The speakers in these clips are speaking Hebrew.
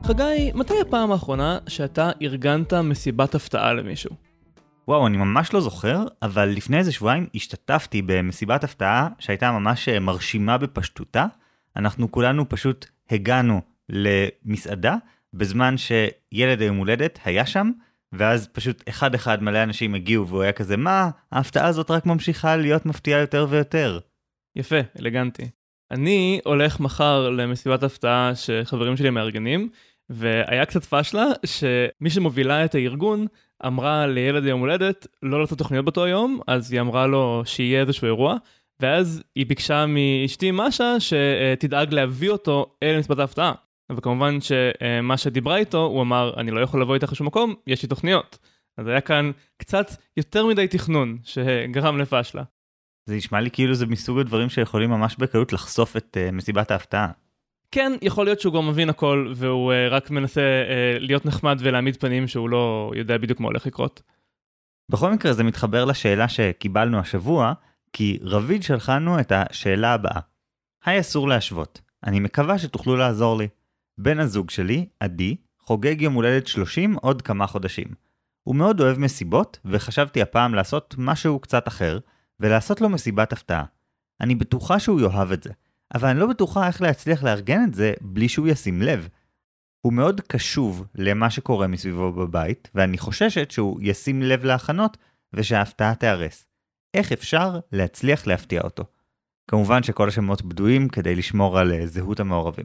חגי, מתי הפעם האחרונה שאתה ארגנת מסיבת הפתעה למישהו? וואו, אני ממש לא זוכר, אבל לפני איזה שבועיים השתתפתי במסיבת הפתעה שהייתה ממש מרשימה בפשטותה. אנחנו כולנו פשוט הגענו למסעדה בזמן שילד היום הולדת היה שם, ואז פשוט אחד מלא אנשים הגיעו והוא היה כזה, מה? ההפתעה הזאת רק ממשיכה להיות מפתיעה יותר ויותר. יפה, אלגנטי. אני הולך מחר למסיבת הפתעה שחברים שלי מארגנים, והיה קצת פשלה שמי שמובילה את הארגון אמרה לילד יום הולדת לא לעשות תוכניות באותו יום, אז היא אמרה לו שיהיה איזשהו אירוע, ואז היא ביקשה מאשתי משה שתדאג להביא אותו אל מסיבת ההפתעה. וכמובן שמה שדיברה איתו, הוא אמר, אני לא יכול לבוא איתך לשום מקום, יש לי תוכניות. אז היה כאן קצת יותר מדי תכנון שגרם לפשלה. זה נשמע לי כאילו זה מסוג הדברים שיכולים ממש בקלות לחשוף את מסיבת ההפתעה. כן, יכול להיות שהוא גם מבין הכל, והוא רק מנסה להיות נחמד ולהעמיד פנים שהוא לא יודע בדיוק מה הולך לקרות. בכל מקרה זה מתחבר לשאלה שקיבלנו השבוע, כי רביד שלחנו את השאלה הבאה. היי, אסור להשוות. אני מקווה שתוכלו לעזור לי. בן הזוג שלי, עדי, חוגג יום הולדת 30 עוד כמה חודשים. הוא מאוד אוהב מסיבות, וחשבתי הפעם לעשות משהו קצת אחר, ולעשות לו מסיבת הפתעה. אני בטוחה שהוא יאהב את זה, אבל אני לא בטוחה איך להצליח לארגן את זה בלי שהוא ישים לב. הוא מאוד קשוב למה שקורה מסביבו בבית, ואני חוששת שהוא ישים לב להכנות ושההפתעה תיארס. איך אפשר להצליח להפתיע אותו? כמובן שכל השמות בדויים כדי לשמור על זהות המעורבים.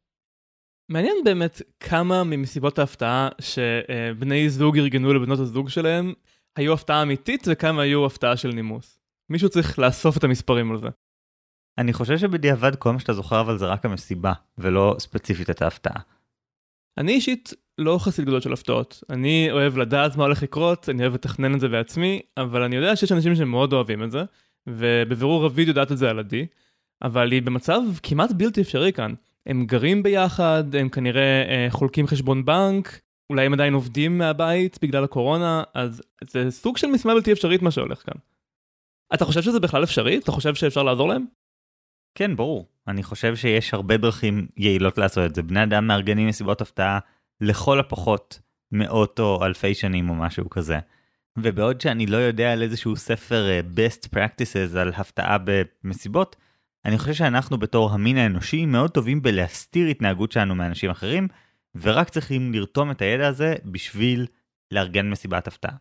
מעניין באמת כמה ממסיבות ההפתעה שבני זוג ארגנו לבנות הזוג שלהם היו הפתעה אמיתית וכמה היו הפתעה של נימוס. מישהו צריך לאסוף את המספרים על זה. אני חושב שבדיעבד כל מה שאתה זוכר אבל זה רק המסיבה ולא ספציפית את ההפתעה. אני אישית לא חסיד גדול של הפתעות. אני אוהב לדעת מה הולך לקרות, אני אוהב לתכנן את זה בעצמי, אבל אני יודע שיש אנשים שמאוד אוהבים את זה, ובבירור רביד יודעת את זה על עדי, אבל היא במצב כמעט בלתי אפשרי כאן. הם גרים ביחד, הם כנראה חולקים חשבון בנק, אולי הם עדיין עובדים מהבית בגלל הקורונה, אז זה סוג של משימה בלתי אפשרית מה שהולך כאן. אתה חושב שזה בכלל אפשרי? אתה חושב שאפשר לעזור להם? כן, ברור. אני חושב שיש הרבה דרכים יעילות לעשות את זה. בני אדם מארגנים מסיבות הפתעה לכל הפחות מאות או אלפי שנים או משהו כזה. ובעוד שאני לא יודע על איזשהו ספר best practices על הפתעה במסיבות, אני חושב שאנחנו בתור המין האנושי מאוד טובים בלהסתיר התנהגות שלנו מאנשים אחרים, ורק צריכים לרתום את הידע הזה בשביל לארגן מסיבת הפתעה.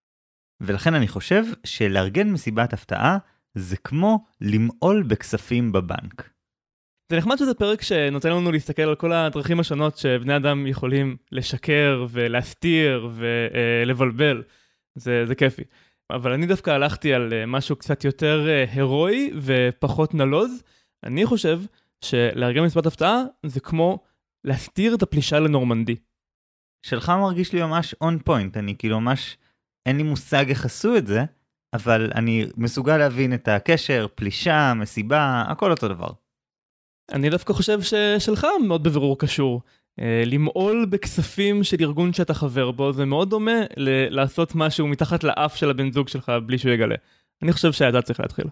ולכן אני חושב שלארגן מסיבת הפתעה זה כמו למעול בכספים בבנק. זה נחמד שזה פרק שנותן לנו להסתכל על כל הדרכים השונות שבני אדם יכולים לשקר ולהסתיר ולבלבל. זה כיפי. אבל אני דווקא הלכתי על משהו קצת יותר הרואי ופחות נלוז. אני חושב שלארגן מסיבת הפתעה זה כמו להסתיר את הפלישה לנורמנדי. שלך מרגיש לי ממש on point. אני כאילו ממש, אין לי מושג איך עשו את זה, אבל אני מסוגל להבין את הקשר, פלישה, מסיבה, הכל אותו דבר. אני דווקא חושב ששלך מאוד בבירור קשור. למעול בכספים של ארגון שאתה חבר בו, זה מאוד דומה לעשות משהו מתחת לאף של הבן זוג שלך בלי שהוא יגלה. אני חושב שאתה צריך להתחיל.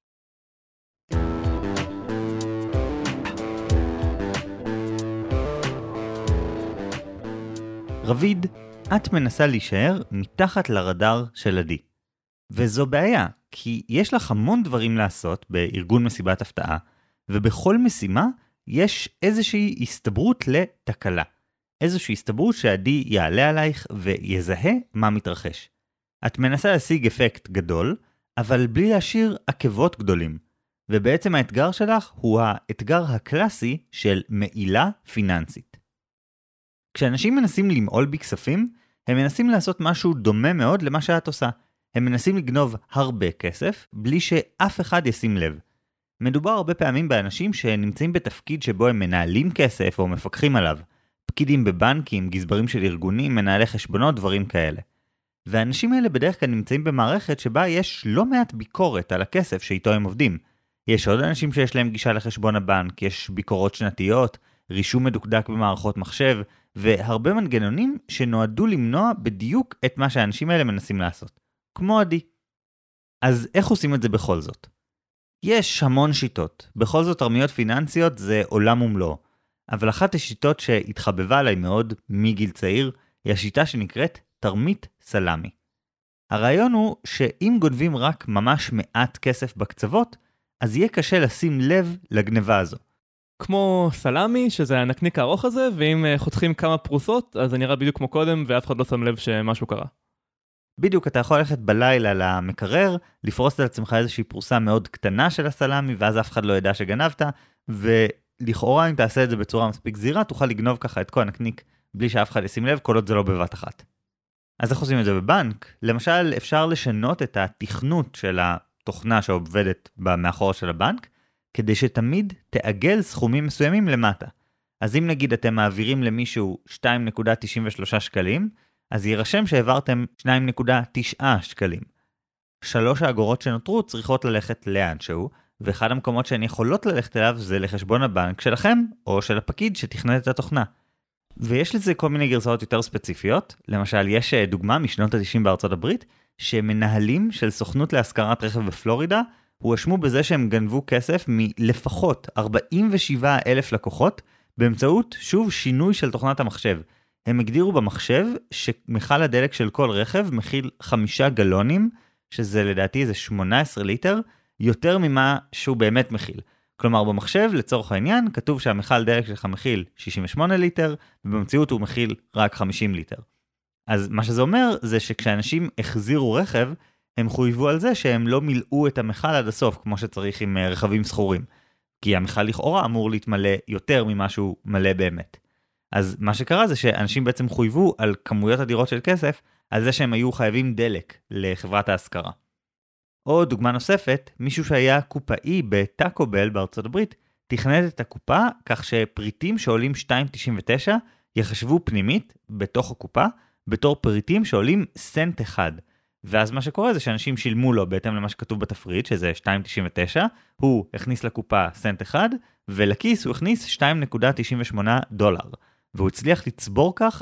רביד, את מנסה להישאר מתחת לרדאר של עדי. וזו בעיה, כי יש לך המון דברים לעשות בארגון מסיבת הפתעה, ובכל משימה יש איזושהי הסתברות לתקלה. איזושהי הסתברות שעדי יעלה עלייך ויזהה מה מתרחש. את מנסה להשיג אפקט גדול, אבל בלי להשאיר עקבות גדולים. ובעצם האתגר שלך הוא האתגר הקלאסי של מעילה פיננסית. כשאנשים מנסים למעול בכספים, הם מנסים לעשות משהו דומה מאוד למה שאת עושה. הם מנסים לגנוב הרבה כסף, בלי שאף אחד ישים לב. מדובר הרבה פעמים באנשים שנמצאים בתפקיד שבו הם מנהלים כסף או מפקחים עליו. פקידים בבנקים, גזברים של ארגונים, מנהלי חשבונות, דברים כאלה. והאנשים האלה בדרך כלל נמצאים במערכת שבה יש לא מעט ביקורת על הכסף שאיתו הם עובדים. יש עוד אנשים שיש להם גישה לחשבון הבנק, יש ביקורות שנתיות, רישום מדוקדק במערכות מחשב, והרבה מנגנונים שנועדו למנוע בדיוק את מה שהאנשים האלה מנסים לעשות. כמו עדי. אז איך עושים את זה בכל זאת? יש המון שיטות. בכל זאת תרמיות פיננסיות זה עולם ומלואו. אבל אחת השיטות שהתחבבה עליי מאוד מגיל צעיר, היא השיטה שנקראת תרמית סלמי. הרעיון הוא שאם גונבים רק ממש מעט כסף בקצוות, אז יהיה קשה לשים לב לגניבה הזו. כמו סלמי, שזה הנקניק הארוך הזה, ואם חותכים כמה פרוסות, אז זה נראה בדיוק כמו קודם, ואף אחד לא שם לב שמשהו קרה. בדיוק, אתה יכול ללכת בלילה למקרר, לפרוס על עצמך איזושהי פרוסה מאוד קטנה של הסלמי, ואז אף אחד לא ידע שגנבת, ולכאורה אם תעשה את זה בצורה מספיק זהירה, תוכל לגנוב ככה את כל הנקניק, בלי שאף אחד ישים לב, כל עוד זה לא בבת אחת. אז איך עושים את זה בבנק? למשל, אפשר לשנות את התכנות של התוכנה שעובדת מאחור של הבנק, כדי שתמיד תעגל סכומים מסוימים למטה. אז אם נגיד אתם מעבירים למישהו 2.93 שקלים, אז יירשם שהעברתם 2.9 שקלים. 3 האגורות שנותרו צריכות ללכת לאנשהו, ואחד המקומות שהן יכולות ללכת אליו זה לחשבון הבנק שלכם, או של הפקיד שתכנת את התוכנה. ויש לזה כל מיני גרסאות יותר ספציפיות. למשל, יש דוגמה משנות ה-90 בארצות הברית, שמנהלים של סוכנות להשכרת רכב בפלורידה, הואשמו בזה שהם גנבו כסף מלפחות 47,000 לקוחות, באמצעות, שוב, שינוי של תוכנת המחשב. הם הגדירו במחשב שמכל הדלק של כל רכב מכיל 5 גלונים, שזה לדעתי איזה 18 ליטר, יותר ממה שהוא באמת מכיל. כלומר, במחשב, לצורך העניין, כתוב שהמכל דלק שלך מכיל 68 ליטר, ובמציאות הוא מכיל רק 50 ליטר. אז מה שזה אומר, זה שכשאנשים החזירו רכב, הם חויבו על זה שהם לא מילאו את המכל עד הסוף, כמו שצריך עם רכבים סחורים. כי המכל לכאורה אמור להתמלא יותר ממה שהוא מלא באמת. אז מה שקרה זה שאנשים בעצם חויבו על כמויות אדירות של כסף, על זה שהם היו חייבים דלק לחברת ההשכרה. או דוגמה נוספת, מישהו שהיה קופאי בטאקו בל בארצות הברית, תכנת את הקופה כך שפריטים שעולים 2.99 יחשבו פנימית בתוך הקופה, בתור פריטים שעולים סנט אחד. ואז מה שקורה זה שאנשים שילמו לו בהתאם למה שכתוב בתפריט, שזה 2.99, הוא הכניס לקופה סנט אחד, ולכיס הוא הכניס $2.98, והוא הצליח לצבור כך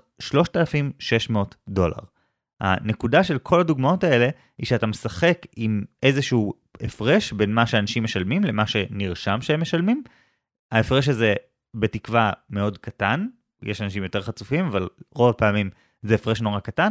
$3,600. הנקודה של כל הדוגמאות האלה היא שאתה משחק עם איזשהו הפרש בין מה שאנשים משלמים למה שנרשם שהם משלמים. ההפרש הזה בתקווה מאוד קטן, יש אנשים יותר חצופים, אבל רוב הפעמים זה הפרש נורא קטן,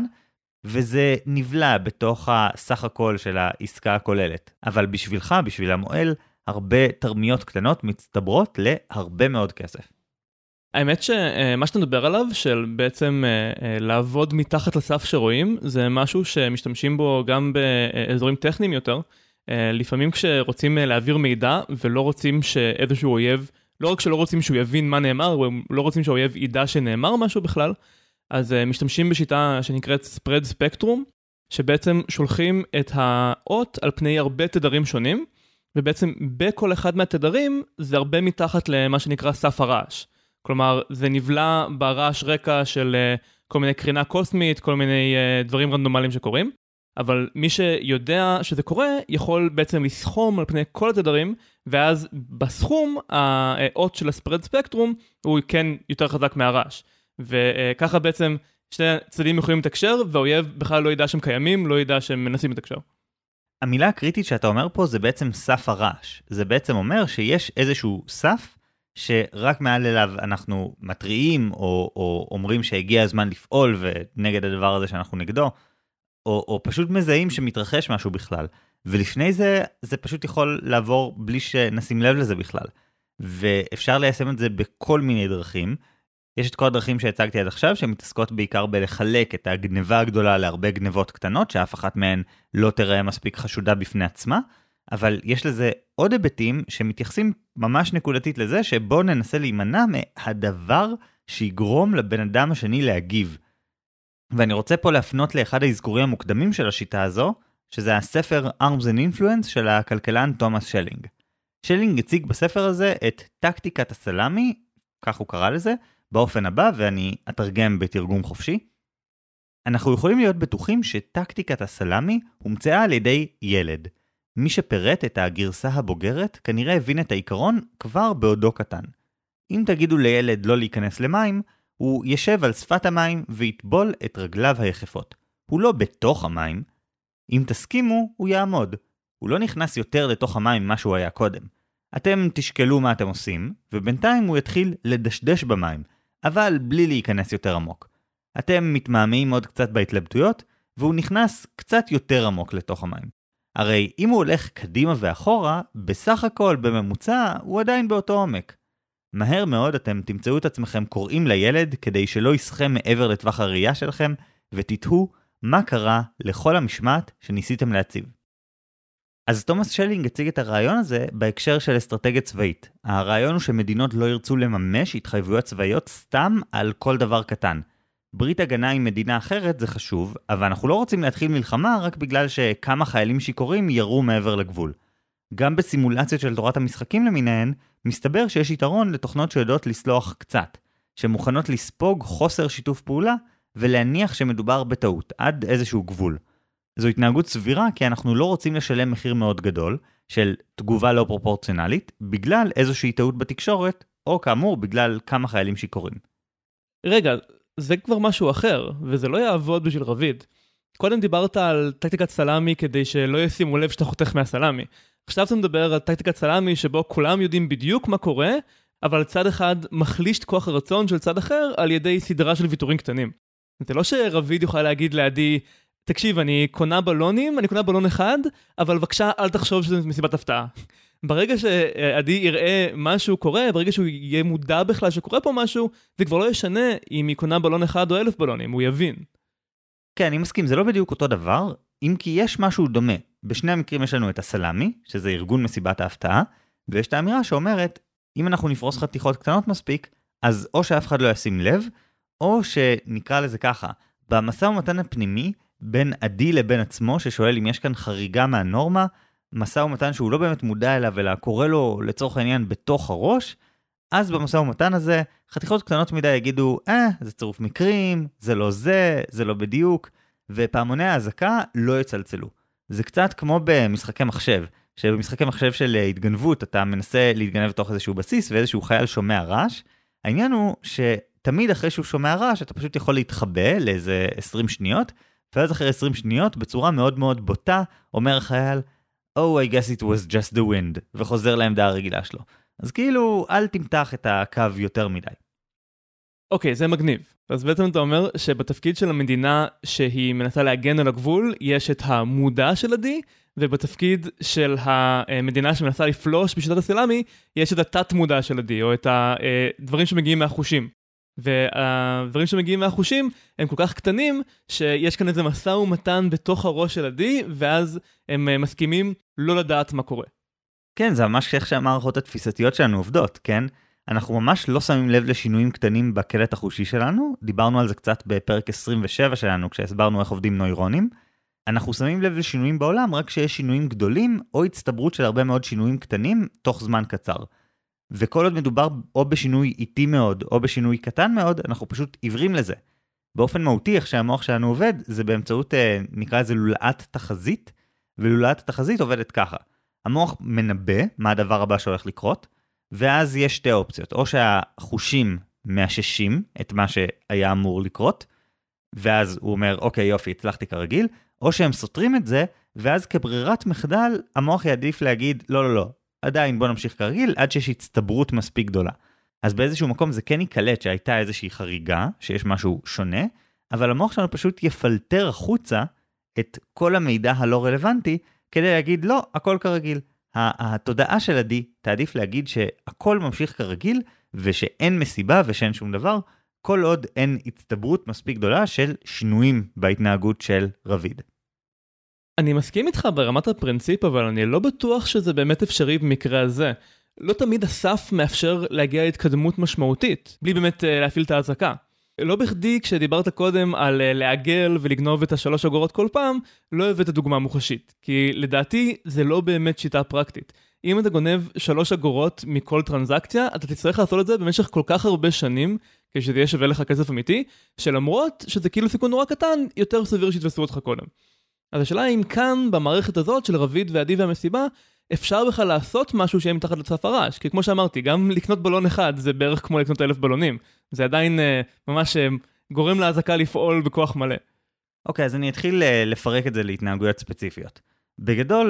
וזה נבלע בתוך הסך הכל של העסקה הכוללת. אבל בשבילך, בשביל המועל, הרבה תרמיות קטנות מצטברות להרבה מאוד כסף. האמת שמה שאתה מדבר עליו, של בעצם לעבוד מתחת לסף שרואים, זה משהו שמשתמשים בו גם באזורים טכניים יותר. לפעמים כשרוצים להעביר מידע ולא רוצים שאיזשהו אויב, לא רק שלא רוצים שהוא יבין מה נאמר, לא רוצים שהאויב ידע שנאמר משהו בכלל, אז משתמשים בשיטה שנקראת spread spectrum, שבעצם שולחים את האות על פני הרבה תדרים שונים, ובעצם בכל אחד מהתדרים זה הרבה מתחת למה שנקרא סף הרעש. כלומר, זה נבלע ברעש רקע של כל מיני קרינה קוסמית, כל מיני דברים רנדומליים שקורים, אבל מי שיודע שזה קורה, יכול בעצם לסכום על פני כל התדרים, ואז בסכום, האות של הספרד ספקטרום, הוא כן יותר חזק מהרעש. וככה בעצם שני הצדדים יכולים לתקשר, והאויב בכלל לא ידע שהם קיימים, לא ידע שהם מנסים לתקשר. המילה הקריטית שאתה אומר פה זה בעצם סף הרעש. זה בעצם אומר שיש איזשהו סף, שרק מעל אליו אנחנו מטריעים, או אומרים שהגיע הזמן לפעול ונגד הדבר הזה שאנחנו נגדו, או פשוט מזהים שמתרחש משהו בכלל. ולפני זה, זה פשוט יכול לעבור בלי שנשים לב לזה בכלל. ואפשר ליישם את זה בכל מיני דרכים. יש את כל הדרכים שהצגתי עד עכשיו, שמתעסקות בעיקר בלחלק את הגניבה הגדולה להרבה גניבות קטנות, שאף אחת מהן לא תראה מספיק חשודה בפני עצמה, אבל יש לזה עוד היבטים שמתייחסים ממש נקודתית לזה, שבו ננסה להימנע מהדבר שיגרום לבן אדם השני להגיב. ואני רוצה פה להפנות לאחד האזכורים המוקדמים של השיטה הזו, שזה הספר Arms and Influence של הכלכלן תומאס שלינג. שלינג הציג בספר הזה את טקטיקת הסלאמי, כך הוא קרא לזה, באופן הבא, ואני אתרגם בתרגום חופשי. אנחנו יכולים להיות בטוחים שטקטיקת הסלאמי הומצאה על ידי ילד. מי שפרט את הגרסה הבוגרת כנראה הבין את העיקרון כבר בעודו קטן. אם תגידו לילד לא להיכנס למים, הוא ישב על שפת המים ויטבול את רגליו היחפות. הוא לא בתוך המים. אם תסכימו, הוא יעמוד. הוא לא נכנס יותר לתוך המים ממה שהוא היה קודם. אתם תשקלו מה אתם עושים, ובינתיים הוא יתחיל לדשדש במים, אבל בלי להיכנס יותר עמוק. אתם מתמהמהים עוד קצת בהתלבטויות, והוא נכנס קצת יותר עמוק לתוך המים. הרי אם הוא הולך קדימה ואחורה, בסך הכל בממוצע הוא עדיין באותו עומק. מהר מאוד אתם תמצאו את עצמכם קוראים לילד כדי שלא ישחה מעבר לטווח הראייה שלכם, ותתהו מה קרה לכל המשמעת שניסיתם להציב. אז תומאס שלינג הציג את הרעיון הזה בהקשר של אסטרטגיה צבאית. הרעיון הוא שמדינות לא ירצו לממש התחייבויות צבאיות סתם על כל דבר קטן. ברית הגנה עם מדינה אחרת זה חשוב, אבל אנחנו לא רוצים להתחיל מלחמה רק בגלל שכמה חיילים שיכורים ירו מעבר לגבול. גם בסימולציות של תורת המשחקים למיניהן, מסתבר שיש יתרון לתוכנות שיודעות לסלוח קצת, שמוכנות לספוג חוסר שיתוף פעולה ולהניח שמדובר בטעות עד איזשהו גבול. זו התנהגות סבירה כי אנחנו לא רוצים לשלם מחיר מאוד גדול של תגובה לא פרופורציונלית בגלל איזושהי טעות בתקשורת, או כאמור בגלל כמה חיילים שיכורים. רגע, זה כבר משהו אחר, וזה לא יעבוד בשביל רביד. קודם דיברת על טקטיקת סלאמי כדי שלא ישימו לב שאתה חותך מהסלאמי. עכשיו אתה מדבר על טקטיקת סלאמי שבו כולם יודעים בדיוק מה קורה, אבל צד אחד מחליש את כוח הרצון של צד אחר על ידי סדרה של ויתורים קטנים. זה לא שרביד יוכל להגיד לעדי, תקשיב, אני קונה בלונים, אני קונה בלון אחד, אבל בבקשה אל תחשוב שזה מסיבת הפתעה. ברגע שעדי יראה משהו קורה, ברגע שהוא יהיה מודע בכלל שקורה פה משהו, זה כבר לא ישנה אם היא קונה בלון אחד או 1,000 בלונים, הוא יבין. כן, אני מסכים, זה לא בדיוק אותו דבר, אם כי יש משהו דומה. בשני המקרים יש לנו את הסלאמי, שזה ארגון מסיבת ההפתעה, ויש את האמירה שאומרת, אם אנחנו נפרוס חתיכות קטנות מספיק, אז או שאף אחד לא ישים לב, או שנקרא לזה ככה, במשא ומתן הפנימי, בין עדי לבין עצמו, ששואל אם יש כאן חריגה מהנורמה, משא ומתן שהוא לא באמת מודע אליו, אלא קורא לו לצורך העניין בתוך הראש, אז במשא ומתן הזה, חתיכות קטנות מדי יגידו, זה צירוף מקרים, זה לא זה, זה לא בדיוק, ופעמוני ההזקה לא יצלצלו. זה קצת כמו במשחקי מחשב, שבמשחקי מחשב של התגנבות, אתה מנסה להתגנב לתוך איזשהו בסיס, ואיזשהו חייל שומע רעש. העניין הוא שתמיד אחרי שהוא שומע רעש, אתה פשוט יכול להתחבא לאיזה 20 שניות, ואז אחרי 20 שניות, בצורה מאוד מאוד בוטה, אומר החייל, Oh, I guess it was just the wind, וחוזר לעמדה הרגילה שלו. אז כאילו, אל תמתח את הקו יותר מדי. אוקיי, זה מגניב. אז בעצם אתה אומר שבתפקיד של המדינה שהיא מנסה להגן על הגבול, יש את המודע של עדי, ובתפקיד של המדינה שמנסה לפלוש בשיטת הסלאמי, יש את התת מודע של עדי, או את הדברים שמגיעים מהחושים. והדברים שמגיעים מהחושים הם כל כך קטנים, שיש כאן איזה משא ומתן בתוך הראש של עדי, ואז הם מסכימים לא לדעת מה קורה. כן, זה ממש איך שהמערכות התפיסתיות שלנו עובדות, כן? אנחנו ממש לא שמים לב לשינויים קטנים בקלט החושי שלנו, דיברנו על זה קצת בפרק 27 שלנו, כשהסברנו איך עובדים נוירונים. אנחנו שמים לב לשינויים בעולם רק שיש שינויים גדולים, או הצטברות של הרבה מאוד שינויים קטנים, תוך זמן קצר. וכל עוד מדובר או בשינוי איטי מאוד, או בשינוי קטן מאוד, אנחנו פשוט עיוורים לזה. באופן מהותי, איך שהמוח שלנו עובד, זה באמצעות, נקרא לזה לולאת תחזית, ולולאת התחזית עובדת ככה. המוח מנבא מה הדבר הבא שהולך לקרות, ואז יש שתי אופציות, או שהחושים מאששים את מה שהיה אמור לקרות, ואז הוא אומר, אוקיי, יופי, הצלחתי כרגיל, או שהם סותרים את זה, ואז כברירת מחדל, המוח יעדיף להגיד, לא, לא, לא, עדיין בוא נמשיך כרגיל, עד שיש הצטברות מספיק גדולה. אז באיזשהו מקום זה כן יקלט שהייתה איזושהי חריגה, שיש משהו שונה, אבל המוח שלנו פשוט יפלטר החוצה את כל המידע הלא רלוונטי, כדי להגיד, לא, הכל כרגיל. התודעה של עדי תעדיף להגיד שהכל ממשיך כרגיל, ושאין מסיבה ושאין שום דבר, כל עוד אין הצטברות מספיק גדולה של שינויים בהתנהגות של רביד. אני מסכים איתך ברמת הפרינציפ, אבל אני לא בטוח שזה באמת אפשרי במקרה הזה. לא תמיד הסף מאפשר להגיע להתקדמות משמעותית, בלי באמת להפעיל את ההזקה. לא בכדי כשדיברת קודם על לעגל ולגנוב את 3 אגורות כל פעם, לא הבאת דוגמה מוחשית. כי לדעתי זה לא באמת שיטה פרקטית. אם אתה גונב 3 אגורות מכל טרנזקציה, אתה תצטרך לעשות את זה במשך כל כך הרבה שנים, כשזה יהיה שווה לך כסף אמיתי, שלמרות שזה כאילו סיכון נורא קטן, יותר סביר שיתפסו אותך קודם. אז השאלה אם כאן, במערכת הזאת של רביד ועדי והמסיבה, אפשר בכלל לעשות משהו שיהיה מתחת לצף הרעש. כי כמו שאמרתי, גם לקנות בלון אחד זה בערך כמו לקנות 1,000 בלונים. זה עדיין ממש גורם להזקה לפעול בכוח מלא. אוקיי, אז אני אתחיל לפרק את זה להתנהגויות ספציפיות. בגדול,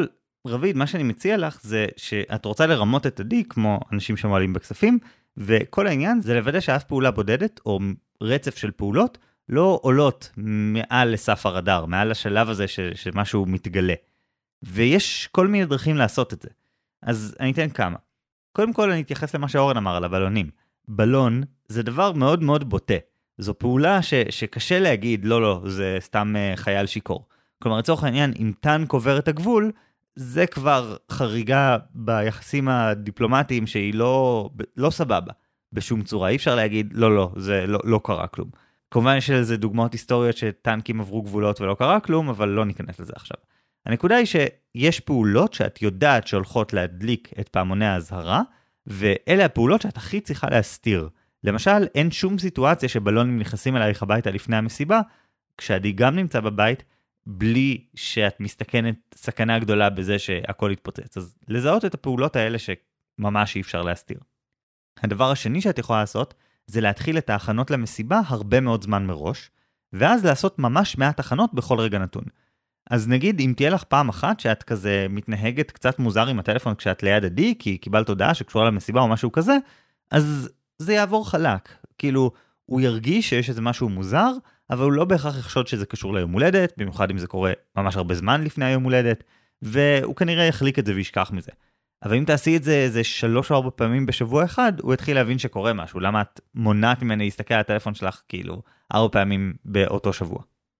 רביד, מה שאני מציע לך זה שאת רוצה לרמות את עדי כמו אנשים שמועלים בכספים, וכל העניין זה לוודא שאף פעולה בודדת או רצף של פעולות לא עולות מעל לסף הרדאר, מעל השלב הזה שמשהו מתגלה. ויש כל מיני דרכים לעשות את זה. אז אני אתן כמה. קודם כל אני אתייחס למה שאורן אמר על הבלונים. בלון זה דבר מאוד מאוד בוטה. זו פעולה שקשה להגיד, לא, זה סתם חייל שיקור. כלומר, לצורך העניין, אם טנק עובר את הגבול, זה כבר חריגה ביחסים הדיפלומטיים שהיא לא סבבה בשום צורה. אי אפשר להגיד, לא, זה לא קרה כלום. כמובן יש לזה דוגמאות היסטוריות שטנקים עברו גבולות ולא קרה כלום, אבל לא ניכנס לזה עכשיו. הנקודה היא שיש פעולות שאת יודעת שהולכות להדליק את פעמוני ההזהרה, ואלה הפעולות שאת הכי צריכה להסתיר. למשל, אין שום סיטואציה שבלונים נכנסים אלייך הביתה לפני המסיבה, כשעדי גם נמצא בבית, בלי שאת מסתכנת סכנה גדולה בזה שהכל יתפוצץ. אז לזהות את הפעולות האלה שממש אי אפשר להסתיר. הדבר השני שאת יכולה לעשות, זה להתחיל את ההכנות למסיבה הרבה מאוד זמן מראש, ואז לעשות ממש מעט הכנות בכל רגע נתון. אז נגיד, אם תהיה לך פעם אחת שאת כזה מתנהגת קצת מוזר עם הטלפון כשאת ליד עדי, כי קיבלת הודעה שקשורה למסיבה או משהו כזה, אז זה יעבור חלק. כאילו, הוא ירגיש שיש איזה משהו מוזר, אבל הוא לא בהכרח יחשוד שזה קשור ליום הולדת, במיוחד אם זה קורה ממש הרבה זמן לפני היום הולדת, והוא כנראה יחליק את זה וישכח מזה. אבל אם תעשי את זה איזה 3 או 4 פעמים בשבוע אחד, הוא יתחיל להבין שקורה משהו. למה את מונעת ממני להסתכל על הטלפון שלך כאילו 4 פעמים באותו שבוע?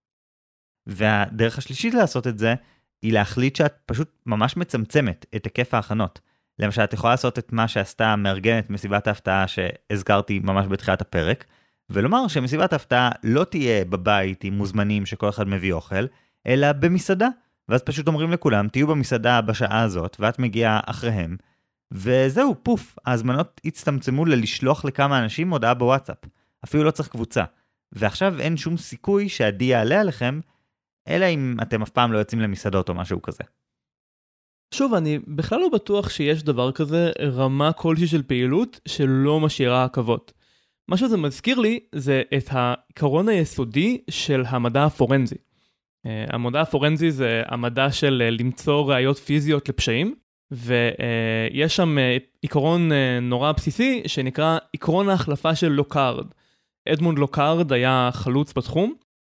והדרך השלישית לעשות את זה, היא להחליט שאת פשוט ממש מצמצמת את היקף ההכנות. למשל, את יכולה לעשות את מה שעשתה מארגנת מסיבת ההפתעה שהזכרתי ממש בתחילת הפרק, ולומר שמסיבת ההפתעה לא תהיה בבית עם מוזמנים שכל אחד מביא אוכל, אלא במסעדה. ואז פשוט אומרים לכולם, תהיו במסעדה בשעה הזאת, ואת מגיעה אחריהם, וזהו, פוף, ההזמנות הצטמצמו ללשלוח לכמה אנשים הודעה בוואטסאפ. אפילו לא צריך קבוצה. ועכשיו אין שום סיכוי שעדי יעלה עליכם, אלא אם אתם אף פעם לא יוצאים למסעדות או משהו כזה. שוב, אני בכלל לא בטוח שיש דבר כזה, רמה כלשהי של פעילות שלא משאירה עקבות. מה שזה מזכיר לי זה את העיקרון היסודי של המדע הפורנזי. המדע הפורנזי זה המדע של למצוא ראיות פיזיות לפשעים, ויש שם עיקרון נורא בסיסי שנקרא עקרון ההחלפה של לוקארד. אדמונד לוקארד היה חלוץ בתחום,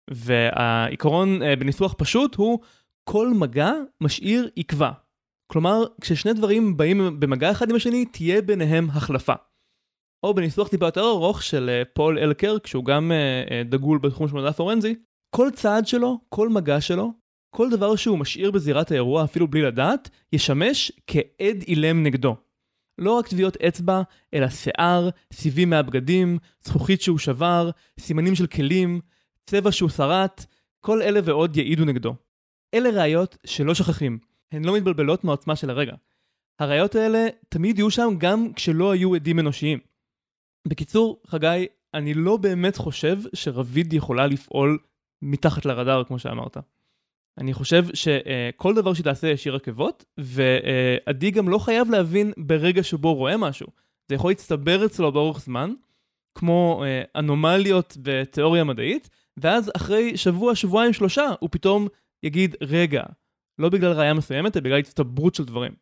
והעיקרון בניסוח פשוט הוא כל מגע משאיר עקבה. כלומר, כששני דברים באים במגע אחד עם השני, תהיה ביניהם החלפה. או בניסוח טיפה יותר ארוך של פול אלקר, כשהוא גם דגול בתחום של מדע פורנזי, כל צעד שלו, כל מגע שלו, כל דבר שהוא משאיר בזירת האירוע, אפילו בלי לדעת, ישמש כעד אילם נגדו. לא רק טביעות אצבע, אלא שיער, סיבים מהבגדים, זכוכית שהוא שבר, סימנים של כלים, צבע שהוא שרט, כל אלה ועוד יעידו נגדו. אלה ראיות שלא שכחים, הן לא מתבלבלות מהעוצמה של הרגע. הראיות האלה תמיד יהיו שם גם כשלא היו עדים אנושיים. בקיצור, חגי, אני לא באמת חושב שרביד יכולה לפעול מתחת לרדאר, כמו שאמרת. אני חושב שכל דבר שתעשה ישיר עקבות, ועדי גם לא חייב להבין ברגע שבו הוא רואה משהו. זה יכול להצטבר אצלו באורך זמן, כמו אנומליות בתיאוריה מדעית, ואז אחרי שבוע, שבועיים, 3, הוא פתאום יגיד, רגע, לא בגלל ראיה מסוימת, אלא בגלל הצטברות של דברים.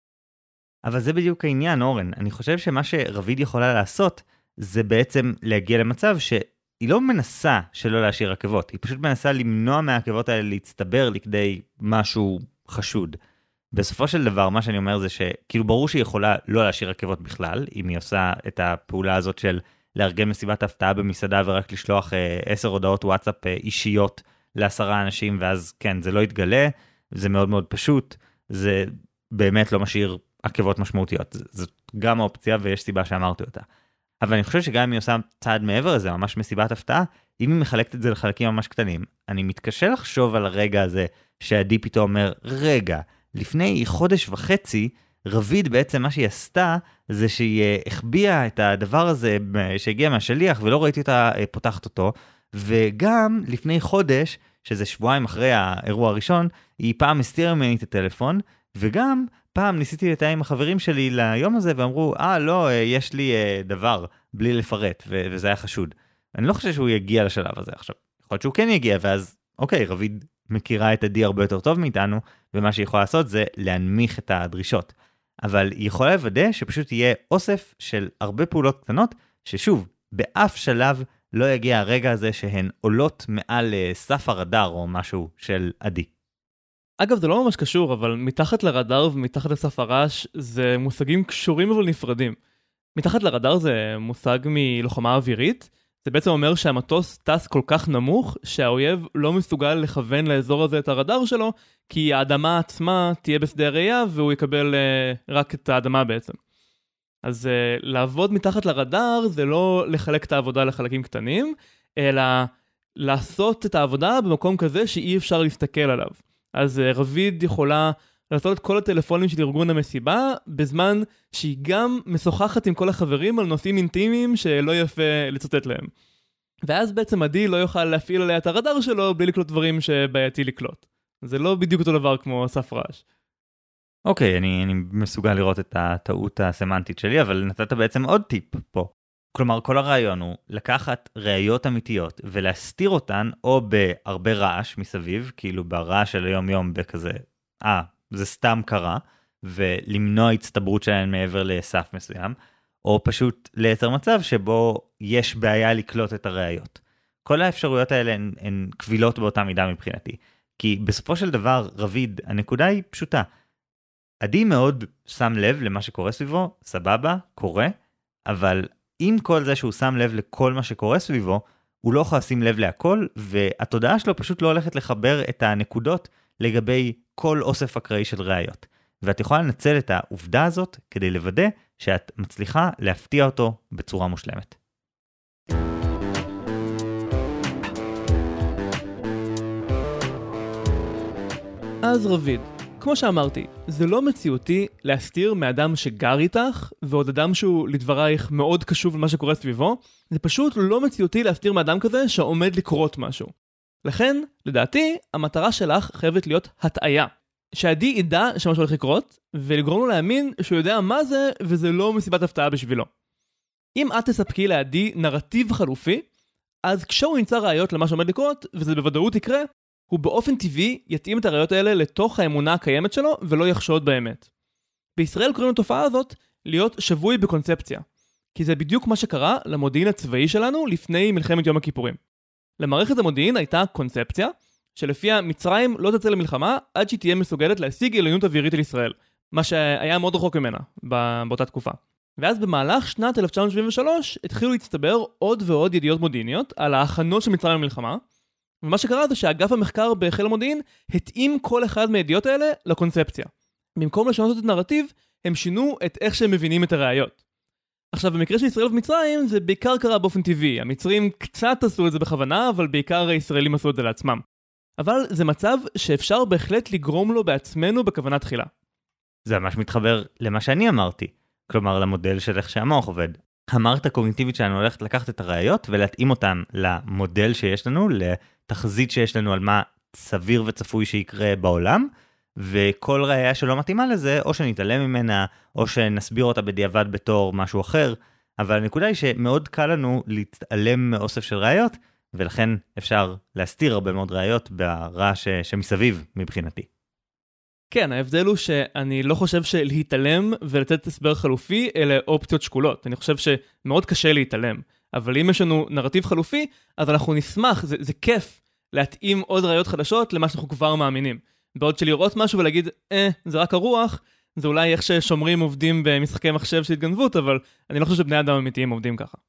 אבל זה בדיוק העניין, אורן. אני חושב שמה שרביד יכולה לעשות, זה בעצם להגיע למצב שהיא לא מנסה שלא להשאיר עקבות, היא פשוט מנסה למנוע מהעקבות האלה להצטבר לכדי משהו חשוד. בסופו של דבר, מה שאני אומר זה שכאילו ברור שהיא יכולה לא להשאיר עקבות בכלל, אם היא עושה את הפעולה הזאת של לארגן מסיבת הפתעה במסעדה ורק לשלוח 10 הודעות וואטסאפ אישיות ל10 אנשים, ואז כן, זה לא יתגלה, זה מאוד מאוד פשוט, זה באמת לא משאיר עקבות משמעותיות. זאת גם האופציה ויש סיבה שאמרתי אותה. אבל אני חושב שגם אם היא עושה צעד מעבר לזה, ממש מסיבת הפתעה, אם היא מחלקת את זה לחלקים ממש קטנים, אני מתקשה לחשוב על הרגע הזה שעדי פתאום אומר, רגע, לפני 1.5 חודש, רביד בעצם מה שהיא עשתה, זה שהיא החביאה את הדבר הזה שהגיע מהשליח, ולא ראיתי אותה פותחת אותו, וגם לפני חודש, שזה שבועיים אחרי האירוע הראשון, היא פעם הסתירה ממני את הטלפון, וגם פעם ניסיתי לתאם עם החברים שלי ליום הזה, ואמרו, לא, יש לי דבר, בלי לפרט, וזה היה חשוד. אני לא חושב שהוא יגיע לשלב הזה עכשיו. יכול להיות שהוא כן יגיע, ואז, אוקיי, רביד מכירה את עדי הרבה יותר טוב מאיתנו, ומה שהיא יכולה לעשות זה להנמיך את הדרישות. אבל היא יכולה לוודא שפשוט יהיה אוסף של הרבה פעולות קטנות, ששוב, באף שלב לא יגיע הרגע הזה שהן עולות מעל סף הרדאר או משהו של עדי. אגב, זה לא ממש קשור, אבל מתחת לרדאר ומתחת לסף הרעש זה מושגים קשורים אבל נפרדים. מתחת לרדאר זה מושג מלוחמה אווירית, זה בעצם אומר שהמטוס טס כל כך נמוך שהאויב לא מסוגל לכוון לאזור הזה את הרדאר שלו, כי האדמה עצמה תהיה בשדה הראייה והוא יקבל רק את האדמה בעצם. אז לעבוד מתחת לרדאר זה לא לחלק את העבודה לחלקים קטנים, אלא לעשות את העבודה במקום כזה שאי אפשר להסתכל עליו. אז רביד יכולה לעשות את כל הטלפונים של ארגון המסיבה, בזמן שהיא גם משוחחת עם כל החברים על נושאים אינטימיים שלא יפה לצוטט להם. ואז בעצם עדי לא יוכל להפעיל עליה את הרדאר שלו בלי לקלוט דברים שבעייתי לקלוט. זה לא בדיוק אותו דבר כמו סף רעש. אוקיי, אני מסוגל לראות את הטעות הסמנטית שלי, אבל נתת בעצם עוד טיפ פה. כלומר, כל הרעיון הוא לקחת ראיות אמיתיות ולהסתיר אותן או בהרבה רעש מסביב, כאילו ברעש של היום-יום בכזה, זה סתם קרה, ולמנוע הצטברות שלהן מעבר לסף מסוים, או פשוט לייצר מצב שבו יש בעיה לקלוט את הראיות. כל האפשרויות האלה הן קבילות באותה מידה מבחינתי, כי בסופו של דבר, רביד, הנקודה היא פשוטה. עדי מאוד שם לב למה שקורה סביבו, סבבה, קורה, אבל עם כל זה שהוא שם לב לכל מה שקורה סביבו, הוא לא יכול לשים לב להכל, והתודעה שלו פשוט לא הולכת לחבר את הנקודות לגבי כל אוסף אקראי של ראיות. ואת יכולה לנצל את העובדה הזאת כדי לוודא שאת מצליחה להפתיע אותו בצורה מושלמת. אז רביד, כמו שאמרתי, זה לא מציאותי להסתיר מאדם שגר איתך, ועוד אדם שהוא לדברייך מאוד קשוב למה שקורה סביבו, זה פשוט לא מציאותי להסתיר מאדם כזה שעומד לקרות משהו. לכן, לדעתי, המטרה שלך חייבת להיות הטעיה. שעדי ידע שמשהו הולך לקרות, ולגרום לו להאמין שהוא יודע מה זה, וזה לא מסיבת הפתעה בשבילו. אם את תספקי לעדי נרטיב חלופי, אז כשהוא ימצא ראיות למה שעומד לקרות, וזה בוודאות יקרה, הוא באופן טבעי יתאים את הראיות האלה לתוך האמונה הקיימת שלו, ולא יחשוד באמת. בישראל קוראים לתופעה הזאת להיות שבוי בקונספציה. כי זה בדיוק מה שקרה למודיעין הצבאי שלנו לפני מלחמת יום הכיפורים. למערכת המודיעין הייתה קונספציה, שלפיה מצרים לא תצא למלחמה עד שהיא תהיה מסוגלת להשיג עליונות אווירית על ישראל, מה שהיה מאוד רחוק ממנה באותה תקופה. ואז במהלך שנת 1973 התחילו להצטבר עוד ועוד ידיעות מודיעיניות על ההכנות של מצרים למלחמה, ומה שקרה זה שאגף המחקר בחיל המודיעין התאים כל אחד מהידיעות האלה לקונספציה. במקום לשנות את הנרטיב, הם שינו את איך שהם מבינים את הראיות. עכשיו, במקרה של ישראל ומצרים, זה בעיקר קרה באופן טבעי. המצרים קצת עשו את זה בכוונה, אבל בעיקר הישראלים עשו את זה לעצמם. אבל זה מצב שאפשר בהחלט לגרום לו בעצמנו בכוונה תחילה. זה ממש מתחבר למה שאני אמרתי. כלומר, למודל של איך שהמוח עובד. המערכת הקוגניטיבית שלנו הולכת לקחת את הראיות ולהתאים אותן למודל שיש לנו, לתחזית שיש לנו על מה סביר וצפוי שיקרה בעולם, וכל ראייה שלא מתאימה לזה, או שנתעלם ממנה, או שנסביר אותה בדיעבד בתור משהו אחר, אבל הנקודה היא שמאוד קל לנו להתעלם מאוסף של ראיות, ולכן אפשר להסתיר הרבה מאוד ראיות ברעש שמסביב מבחינתי. כן, ההבדל הוא שאני לא חושב שלהתעלם ולתת הסבר חלופי אלה אופציות שקולות. אני חושב שמאוד קשה להתעלם. אבל אם יש לנו נרטיב חלופי, אז אנחנו נשמח, זה כיף להתאים עוד ראיות חדשות למה שאנחנו כבר מאמינים. בעוד שלראות משהו ולהגיד, זה רק הרוח, זה אולי איך ששומרים עובדים במשחקי מחשב של התגנבות, אבל אני לא חושב שבני אדם אמיתיים עובדים ככה.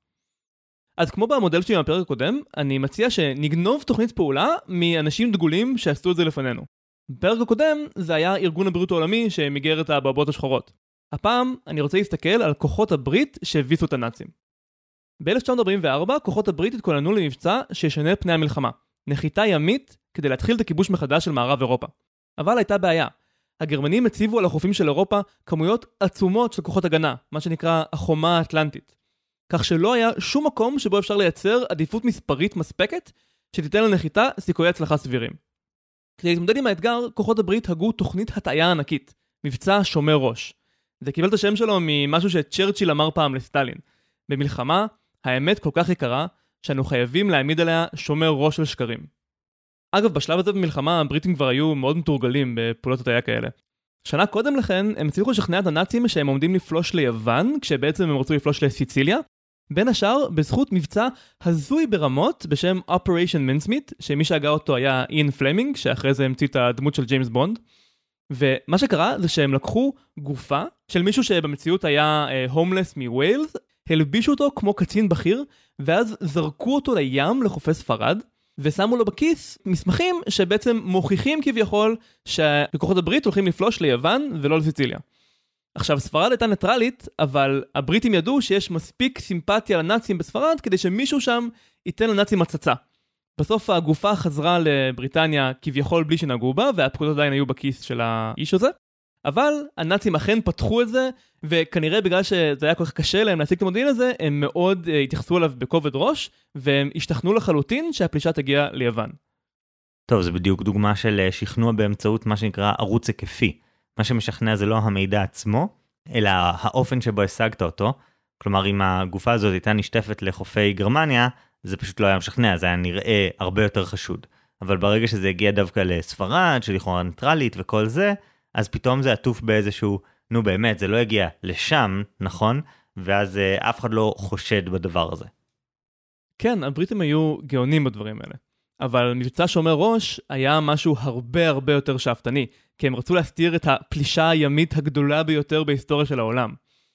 אז כמו במודל שלי מהפרק הקודם, אני מציע שנגנוב תוכנית פעולה מאנשים דגולים שעשו את זה לפנינו. בפרק הקודם זה היה ארגון הבריאות העולמי שמיגר את הבעבועות השחורות. הפעם אני רוצה להסתכל על כוחות הברית שהביסו את הנאצים. ב-1944 כוחות הברית התכוננו למבצע שישנה פני המלחמה, נחיתה ימית כדי להתחיל את הכיבוש מחדש של מערב אירופה. אבל הייתה בעיה. הגרמנים הציבו על החופים של אירופה כמויות עצומות של כוחות הגנה, מה שנקרא החומה האטלנטית. כך שלא היה שום מקום שבו אפשר לייצר עדיפות מספרית מספקת שתיתן לנחיתה סיכויי הצלחה סבירים. כדי להתמודד עם האתגר, כוחות הברית הגו תוכנית הטעיה ענקית, מבצע שומר ראש. זה קיבל את השם שלו ממשהו שצ'רצ'יל אמר פעם לסטלין. במלחמה, האמת כל כך יקרה, שאנו חייבים להעמיד עליה שומר ראש של שקרים. אגב, בשלב הזה במלחמה, הבריטים כבר היו מאוד מתורגלים בפעולות הטעיה כאלה. שנה קודם לכן, הם הצליחו לשכנע את הנאצים שהם עומדים לפלוש ליוון, כשבעצם הם רצו לפלוש לסיציליה, בין השאר בזכות מבצע הזוי ברמות בשם Operation Mincemeat, שמי שהגה אותו היה איין פלמינג, שאחרי זה המציא את הדמות של ג'יימס בונד. ומה שקרה זה שהם לקחו גופה של מישהו שבמציאות היה הומלס מווילס, הלבישו אותו כמו קצין בכיר, ואז זרקו אותו לים לחופי ספרד, ושמו לו בכיס מסמכים שבעצם מוכיחים כביכול שכוחות הברית הולכים לפלוש ליוון ולא לסיציליה. עכשיו, ספרד הייתה ניטרלית, אבל הבריטים ידעו שיש מספיק סימפתיה לנאצים בספרד, כדי שמישהו שם ייתן לנאצים הצצה. בסוף הגופה חזרה לבריטניה כביכול בלי שנגעו בה, והפקודות עדיין היו בכיס של האיש הזה. אבל הנאצים אכן פתחו את זה, וכנראה בגלל שזה היה כל כך קשה להם להשיג את המודיעין הזה, הם מאוד התייחסו אליו בכובד ראש, והם השתכנעו לחלוטין שהפלישה תגיע ליוון. טוב, זה בדיוק דוגמה של שכנוע באמצעות מה שנקרא ערוץ היקפי. מה שמשכנע זה לא המידע עצמו, אלא האופן שבו השגת אותו. כלומר, אם הגופה הזאת הייתה נשטפת לחופי גרמניה, זה פשוט לא היה משכנע, זה היה נראה הרבה יותר חשוד. אבל ברגע שזה הגיע דווקא לספרד, שלכאורה ניטרלית וכל זה, אז פתאום זה עטוף באיזשהו, נו באמת, זה לא הגיע לשם, נכון? ואז אף אחד לא חושד בדבר הזה. כן, הבריטים היו גאונים בדברים האלה. אבל מבצע שומר ראש היה משהו הרבה הרבה יותר שאפתני, כי הם רצו להסתיר את הפלישה הימית הגדולה ביותר בהיסטוריה של העולם.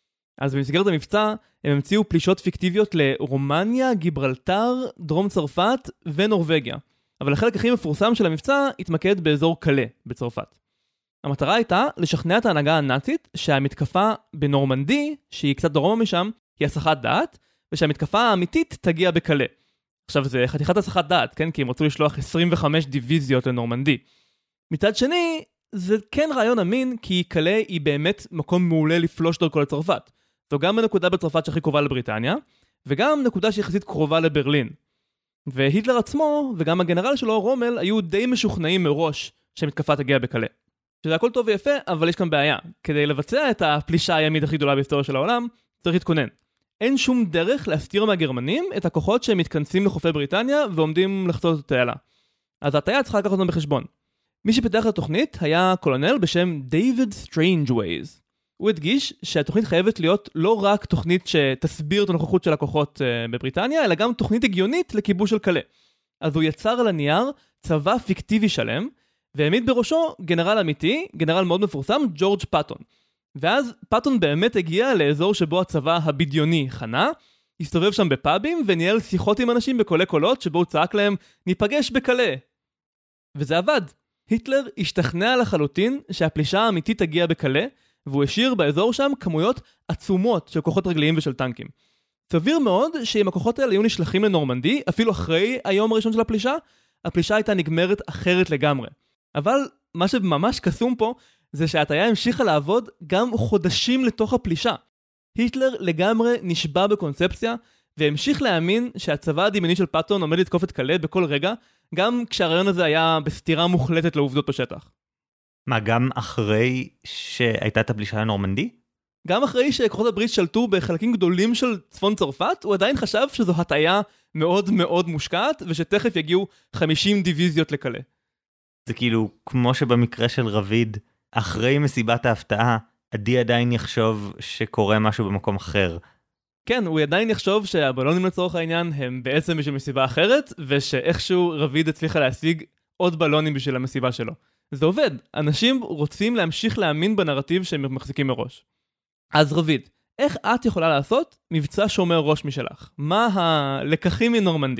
אז במסגרת המבצע, הם המציאו פלישות פיקטיביות לרומניה, גיברלטר, דרום צרפת ונורווגיה. אבל החלק הכי מפורסם של המבצע התמקד באזור קלה בצרפת. המטרה הייתה לשכנע את ההנהגה הנאצית שהמתקפה בנורמנדי, שהיא קצת דרומה משם, היא הסחת דעת, ושהמתקפה האמיתית תגיע בקלה. עכשיו זה חתיכת הסחת דעת, כן? כי הם רצו לשלוח 25 דיוויזיות לנורמנדי. מצד שני, זה כן רעיון אמין, כי קלה היא באמת מקום מעולה לפלוש דרכו לצרפת. זו גם הנקודה בצרפת שהכי קרובה לבריטניה, וגם נקודה שיחסית קרובה לברלין. והיטלר עצמו, וגם הגנרל שלו, רומל, היו די משוכנעים מראש שהמתקפה תגיע בקלה. שזה הכל טוב ויפה, אבל יש כאן בעיה. כדי לבצע את הפלישה הימית הכי גדולה בהיסטוריה של העולם, צריך להתכונן. אין שום דרך להסתיר מהגרמנים את הכוחות שהם מתכנסים לחופי בריטניה ועומדים לחצות את התעלה. אז ההטעיה צריכה לקחת אותם בחשבון. מי שפיתח את התוכנית היה קולונל בשם דיוויד סטרנג'ווייז. הוא הדגיש שהתוכנית חייבת להיות לא רק תוכנית שתסביר את הנוכחות של הכוחות בבריטניה, אלא גם תוכנית הגיונית לכיבוש של קלה. אז הוא יצר על הנייר צבא פיקטיבי שלם, והעמיד בראשו גנרל אמיתי, גנרל מאוד מפורסם, ג'ורג' פאטון. ואז פאטון באמת הגיע לאזור שבו הצבא הבדיוני חנה, הסתובב שם בפאבים וניהל שיחות עם אנשים בקולי קולות שבו הוא צעק להם, ניפגש בקלה. וזה עבד. היטלר השתכנע לחלוטין שהפלישה האמיתית תגיע בקלה, והוא השאיר באזור שם כמויות עצומות של כוחות רגליים ושל טנקים. סביר מאוד שאם הכוחות האלה היו נשלחים לנורמנדי, אפילו אחרי היום הראשון של הפלישה הייתה נגמרת אחרת לגמרי. אבל מה שממש קסום פה, זה שההטעיה המשיכה לעבוד גם חודשים לתוך הפלישה. היטלר לגמרי נשבע בקונספציה, והמשיך להאמין שהצבא הדמיוני של פאטון עומד לתקוף את קלה בכל רגע, גם כשהרעיון הזה היה בסתירה מוחלטת לעובדות בשטח. מה, גם אחרי שהייתה את הפלישה לנורמנדי? גם אחרי שכוחות הברית שלטו בחלקים גדולים של צפון צרפת, הוא עדיין חשב שזו הטעיה מאוד מאוד מושקעת, ושתכף יגיעו 50 דיוויזיות לקלה. זה כאילו, כמו שבמקרה של רביד, אחרי מסיבת ההפתעה, עדי עדיין יחשוב שקורה משהו במקום אחר. כן, הוא עדיין יחשוב שהבלונים לצורך העניין הם בעצם בשביל מסיבה אחרת, ושאיכשהו רביד הצליחה להשיג עוד בלונים בשביל המסיבה שלו. זה עובד. אנשים רוצים להמשיך להאמין בנרטיב שהם מחזיקים מראש. אז רביד, איך את יכולה לעשות מבצע שומר ראש משלך? מה הלקחים מנורמנדי?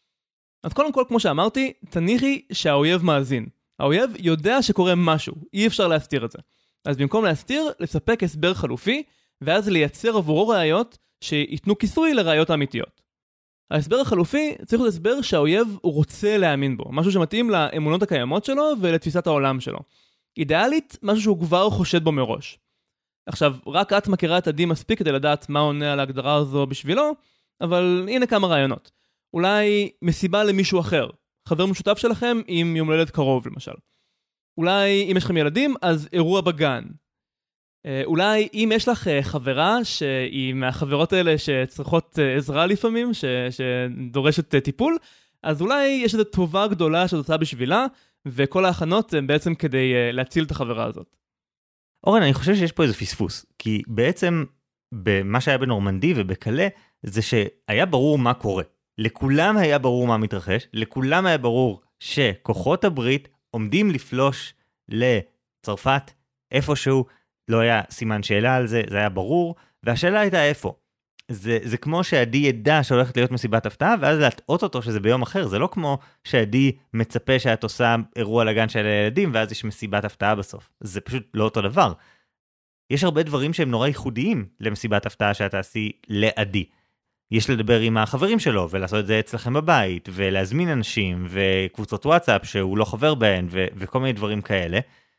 אז קודם כל, כמו שאמרתי, תניחי שהאויב מאזין. האויב יודע שקורה משהו, אי אפשר להסתיר את זה. אז במקום להסתיר, לספק הסבר חלופי, ואז לייצר עבורו ראיות שיתנו כיסוי לראיות האמיתיות. ההסבר החלופי צריך להיות הסבר שהאויב רוצה להאמין בו, משהו שמתאים לאמונות הקיימות שלו ולתפיסת העולם שלו. אידיאלית, משהו שהוא כבר חושד בו מראש. עכשיו, רק את מכירה את עדי מספיק כדי לדעת מה עונה על ההגדרה הזו בשבילו, אבל הנה כמה רעיונות. אולי מסיבה למישהו אחר, חבר משותף שלכם עם יום הולדת קרוב למשל. אולי אם יש לכם ילדים, אז אירוע בגן. אולי אם יש לך חברה שהיא מהחברות האלה שצריכות עזרה לפעמים, שדורשת טיפול, אז אולי יש איזו טובה גדולה שאת עושה בשבילה, וכל ההכנות הן בעצם כדי להציל את החברה הזאת. אורן, אני חושב שיש פה איזה פספוס, כי בעצם במה שהיה בנורמנדי ובקלה, זה שהיה ברור מה קורה. לכולם היה ברור מה מתרחש, לכולם היה ברור שכוחות הברית עומדים לפלוש לצרפת איפשהו, לא היה סימן שאלה על זה, זה היה ברור, והשאלה הייתה איפה. זה כמו שעדי ידע שהולכת להיות מסיבת הפתעה, ואז להטעות אותו שזה ביום אחר, זה לא כמו שעדי מצפה שאת עושה אירוע לגן של הילדים, ואז יש מסיבת הפתעה בסוף. זה פשוט לא אותו דבר. יש הרבה דברים שהם נורא ייחודיים למסיבת הפתעה שאת תעשי לעדי. יש לדבר עם החברים שלו, ולעשות את זה אצלכם בבית, ולהזמין אנשים, וקבוצות וואטסאפ שהוא לא חבר בהן, וכל מיני דברים כאלה.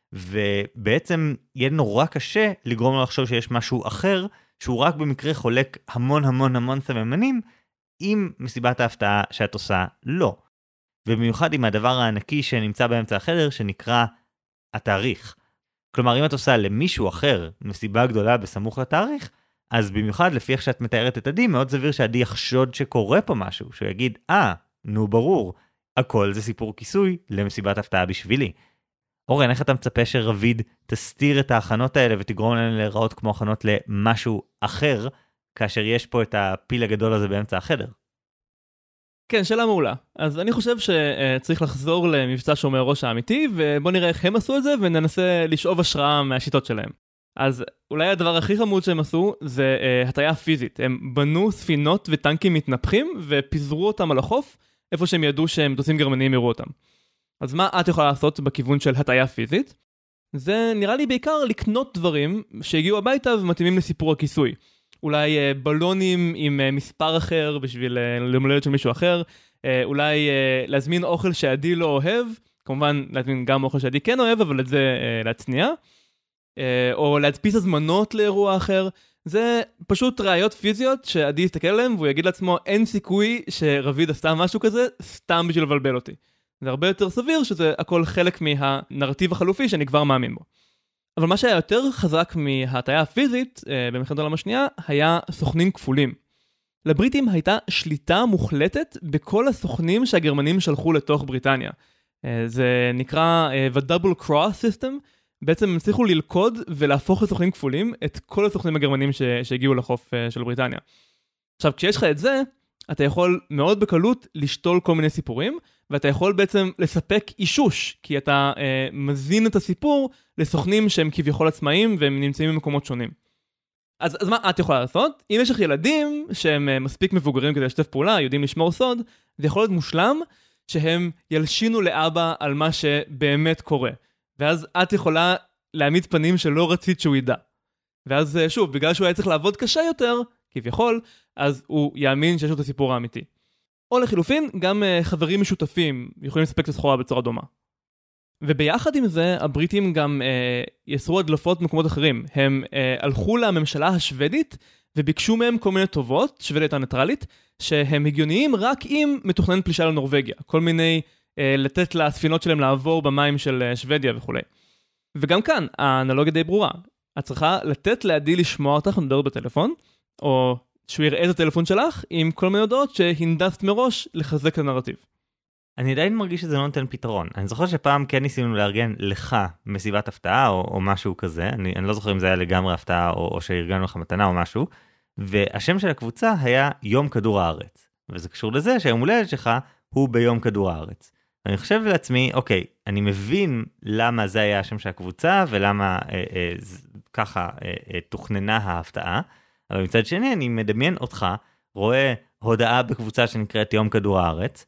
ובעצם יהיה נורא קשה לגרום לו לחשוב שיש משהו אחר, שהוא רק במקרה חולק המון המון המון סממנים, עם מסיבת ההפתעה שאת עושה לא. ובמיוחד עם הדבר הענקי שנמצא באמצע החדר, שנקרא התאריך. כלומר, אם את עושה למישהו אחר מסיבה גדולה בסמוך לתאריך, אז במיוחד לפי איך שאת מתארת את עדי, מאוד סביר שעדי יחשוד שקורה פה משהו, שהוא יגיד, נו ברור, הכל זה סיפור כיסוי למסיבת הפתעה בשבילי. אורן, איך אתה מצפה שרביד תסתיר את ההכנות האלה ותגרום להן להיראות כמו הכנות למשהו אחר, כאשר יש פה את הפיל הגדול הזה באמצע החדר? כן, שאלה מעולה. אז אני חושב שצריך לחזור למבצע שומר ראש האמיתי, ובוא נראה איך הם עשו את זה, וננסה לשאוב השראה מהשיטות שלהם. אז אולי הדבר הכי חמוד שהם עשו, זה הטיה פיזית. הם בנו ספינות וטנקים מתנפחים, ופיזרו אותם על החוף, איפה שהם ידעו שהם מטוסים גרמניים יראו אותם. אז מה את יכולה לעשות בכיוון של הטיה פיזית? זה נראה לי בעיקר לקנות דברים שהגיעו הביתה ומתאימים לסיפור הכיסוי. אולי בלונים עם מספר אחר בשביל למולדת של מישהו אחר, אולי להזמין אוכל שעדי לא אוהב, כמובן להזמין גם אוכל שעדי כן אוהב, אבל את זה להצניע, או להדפיס הזמנות לאירוע אחר. זה פשוט ראיות פיזיות שעדי יסתכל עליהם והוא יגיד לעצמו, אין סיכוי שרביד עשתה משהו כזה סתם בשביל לבלבל אותי. זה הרבה יותר סביר שזה הכל חלק מהנרטיב החלופי שאני כבר מאמין בו. אבל מה שהיה יותר חזק מההטיה הפיזית במלחמת העולם השנייה היה סוכנים כפולים. לבריטים הייתה שליטה מוחלטת בכל הסוכנים שהגרמנים שלחו לתוך בריטניה. זה נקרא The Double Cross System. בעצם הם הצליחו ללכוד ולהפוך לסוכנים כפולים את כל הסוכנים הגרמנים שהגיעו לחוף של בריטניה. עכשיו, כשיש לך את זה, אתה יכול מאוד בקלות לשתול כל מיני סיפורים, ואתה יכול בעצם לספק אישוש, כי אתה מזין את הסיפור לסוכנים שהם כביכול עצמאיים, והם נמצאים במקומות שונים. אז מה את יכולה לעשות? אם יש לך ילדים שהם מספיק מבוגרים כדי לשתף פעולה, יודעים לשמור סוד, זה יכול להיות מושלם שהם ילשינו לאבא על מה שבאמת קורה. ואז את יכולה להעמיד פנים שלא רצית שהוא ידע. ואז שוב, בגלל שהוא היה צריך לעבוד קשה יותר, כביכול, אז הוא יאמין שיש לו את הסיפור האמיתי. או לחילופין, גם חברים משותפים יכולים לספק את הסחורה בצורה דומה. וביחד עם זה, הבריטים גם יסרו הדלפות במקומות אחרים. הם הלכו לממשלה השוודית, וביקשו מהם כל מיני טובות, שוודית הניטרלית, שהם הגיוניים רק אם מתוכנן פלישה לנורווגיה. כל מיני לתת לספינות שלהם לעבור במים של שוודיה וכו'. וגם כאן, האנלוגיה די ברורה. את צריכה לתת לעדי לשמוע אותך מדבר בטלפון, או שהוא יראה את הטלפון שלך עם כל מיני הודעות שהנדסת מראש לחזק את הנרטיב. אני עדיין מרגיש שזה לא נותן פתרון. אני זוכר שפעם כן ניסינו לארגן לך מסיבת הפתעה או משהו כזה. אני לא זוכר אם זה היה לגמרי הפתעה או שארגנו לך מתנה או משהו. והשם של הקבוצה היה יום כדור הארץ. וזה קשור לזה שהיום הולדת שלך הוא ביום כדור הארץ. אני חושב לעצמי, אוקיי, אני מבין למה זה היה השם של הקבוצה ולמה ככה תוכננה ההפתעה. אבל מצד שני אני מדמיין אותך, רואה הודעה בקבוצה שנקראת יום כדור הארץ,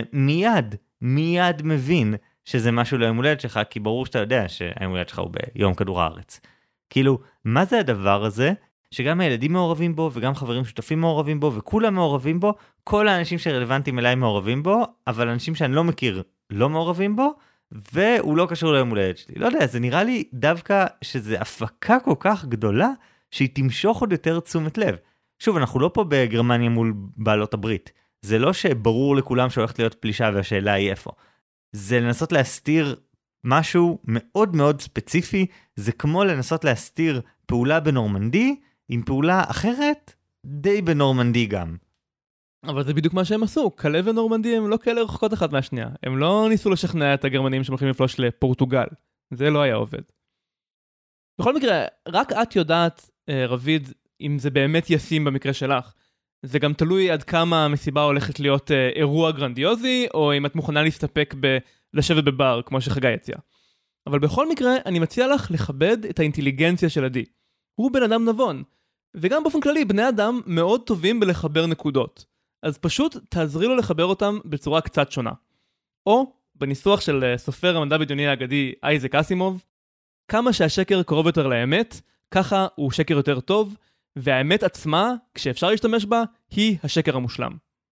ומיד מבין שזה משהו ליום הולדת שלך, כי ברור שאתה יודע שהיום הולדת שלך הוא ביום כדור הארץ. כאילו, מה זה הדבר הזה, שגם הילדים מעורבים בו, וגם חברים שותפים מעורבים בו, וכולם מעורבים בו, כל האנשים שרלוונטיים אליי מעורבים בו, אבל אנשים שאני לא מכיר לא מעורבים בו, והוא לא קשור ליום הולדת שלי. לא יודע, זה נראה לי דווקא שזה הפקה כל כך גדולה, שהיא תמשוך עוד יותר תשומת לב. שוב, אנחנו לא פה בגרמניה מול בעלות הברית. זה לא שברור לכולם שהולכת להיות פלישה והשאלה היא איפה. זה לנסות להסתיר משהו מאוד מאוד ספציפי, זה כמו לנסות להסתיר פעולה בנורמנדי, עם פעולה אחרת די בנורמנדי גם. אבל זה בדיוק מה שהם עשו. קלה ונורמנדי הם לא כאלה רחוקות אחת מהשנייה. הם לא ניסו לשכנע את הגרמנים שהולכים לפלוש לפורטוגל. זה לא היה עובד. בכל מקרה, רק את יודעת, רביד, אם זה באמת ישים במקרה שלך. זה גם תלוי עד כמה המסיבה הולכת להיות אירוע גרנדיוזי, או אם את מוכנה להסתפק לשבת בבר, כמו שחגי הציע. אבל בכל מקרה, אני מציע לך לכבד את האינטליגנציה של עדי. הוא בן אדם נבון. וגם באופן כללי, בני אדם מאוד טובים בלחבר נקודות. אז פשוט תעזרי לו לחבר אותם בצורה קצת שונה. או, בניסוח של סופר המדע בדיוני האגדי אייזק אסימוב, כמה שהשקר קרוב יותר לאמת, ככה הוא שקר יותר טוב, והאמת עצמה, כשאפשר להשתמש בה, היא השקר המושלם.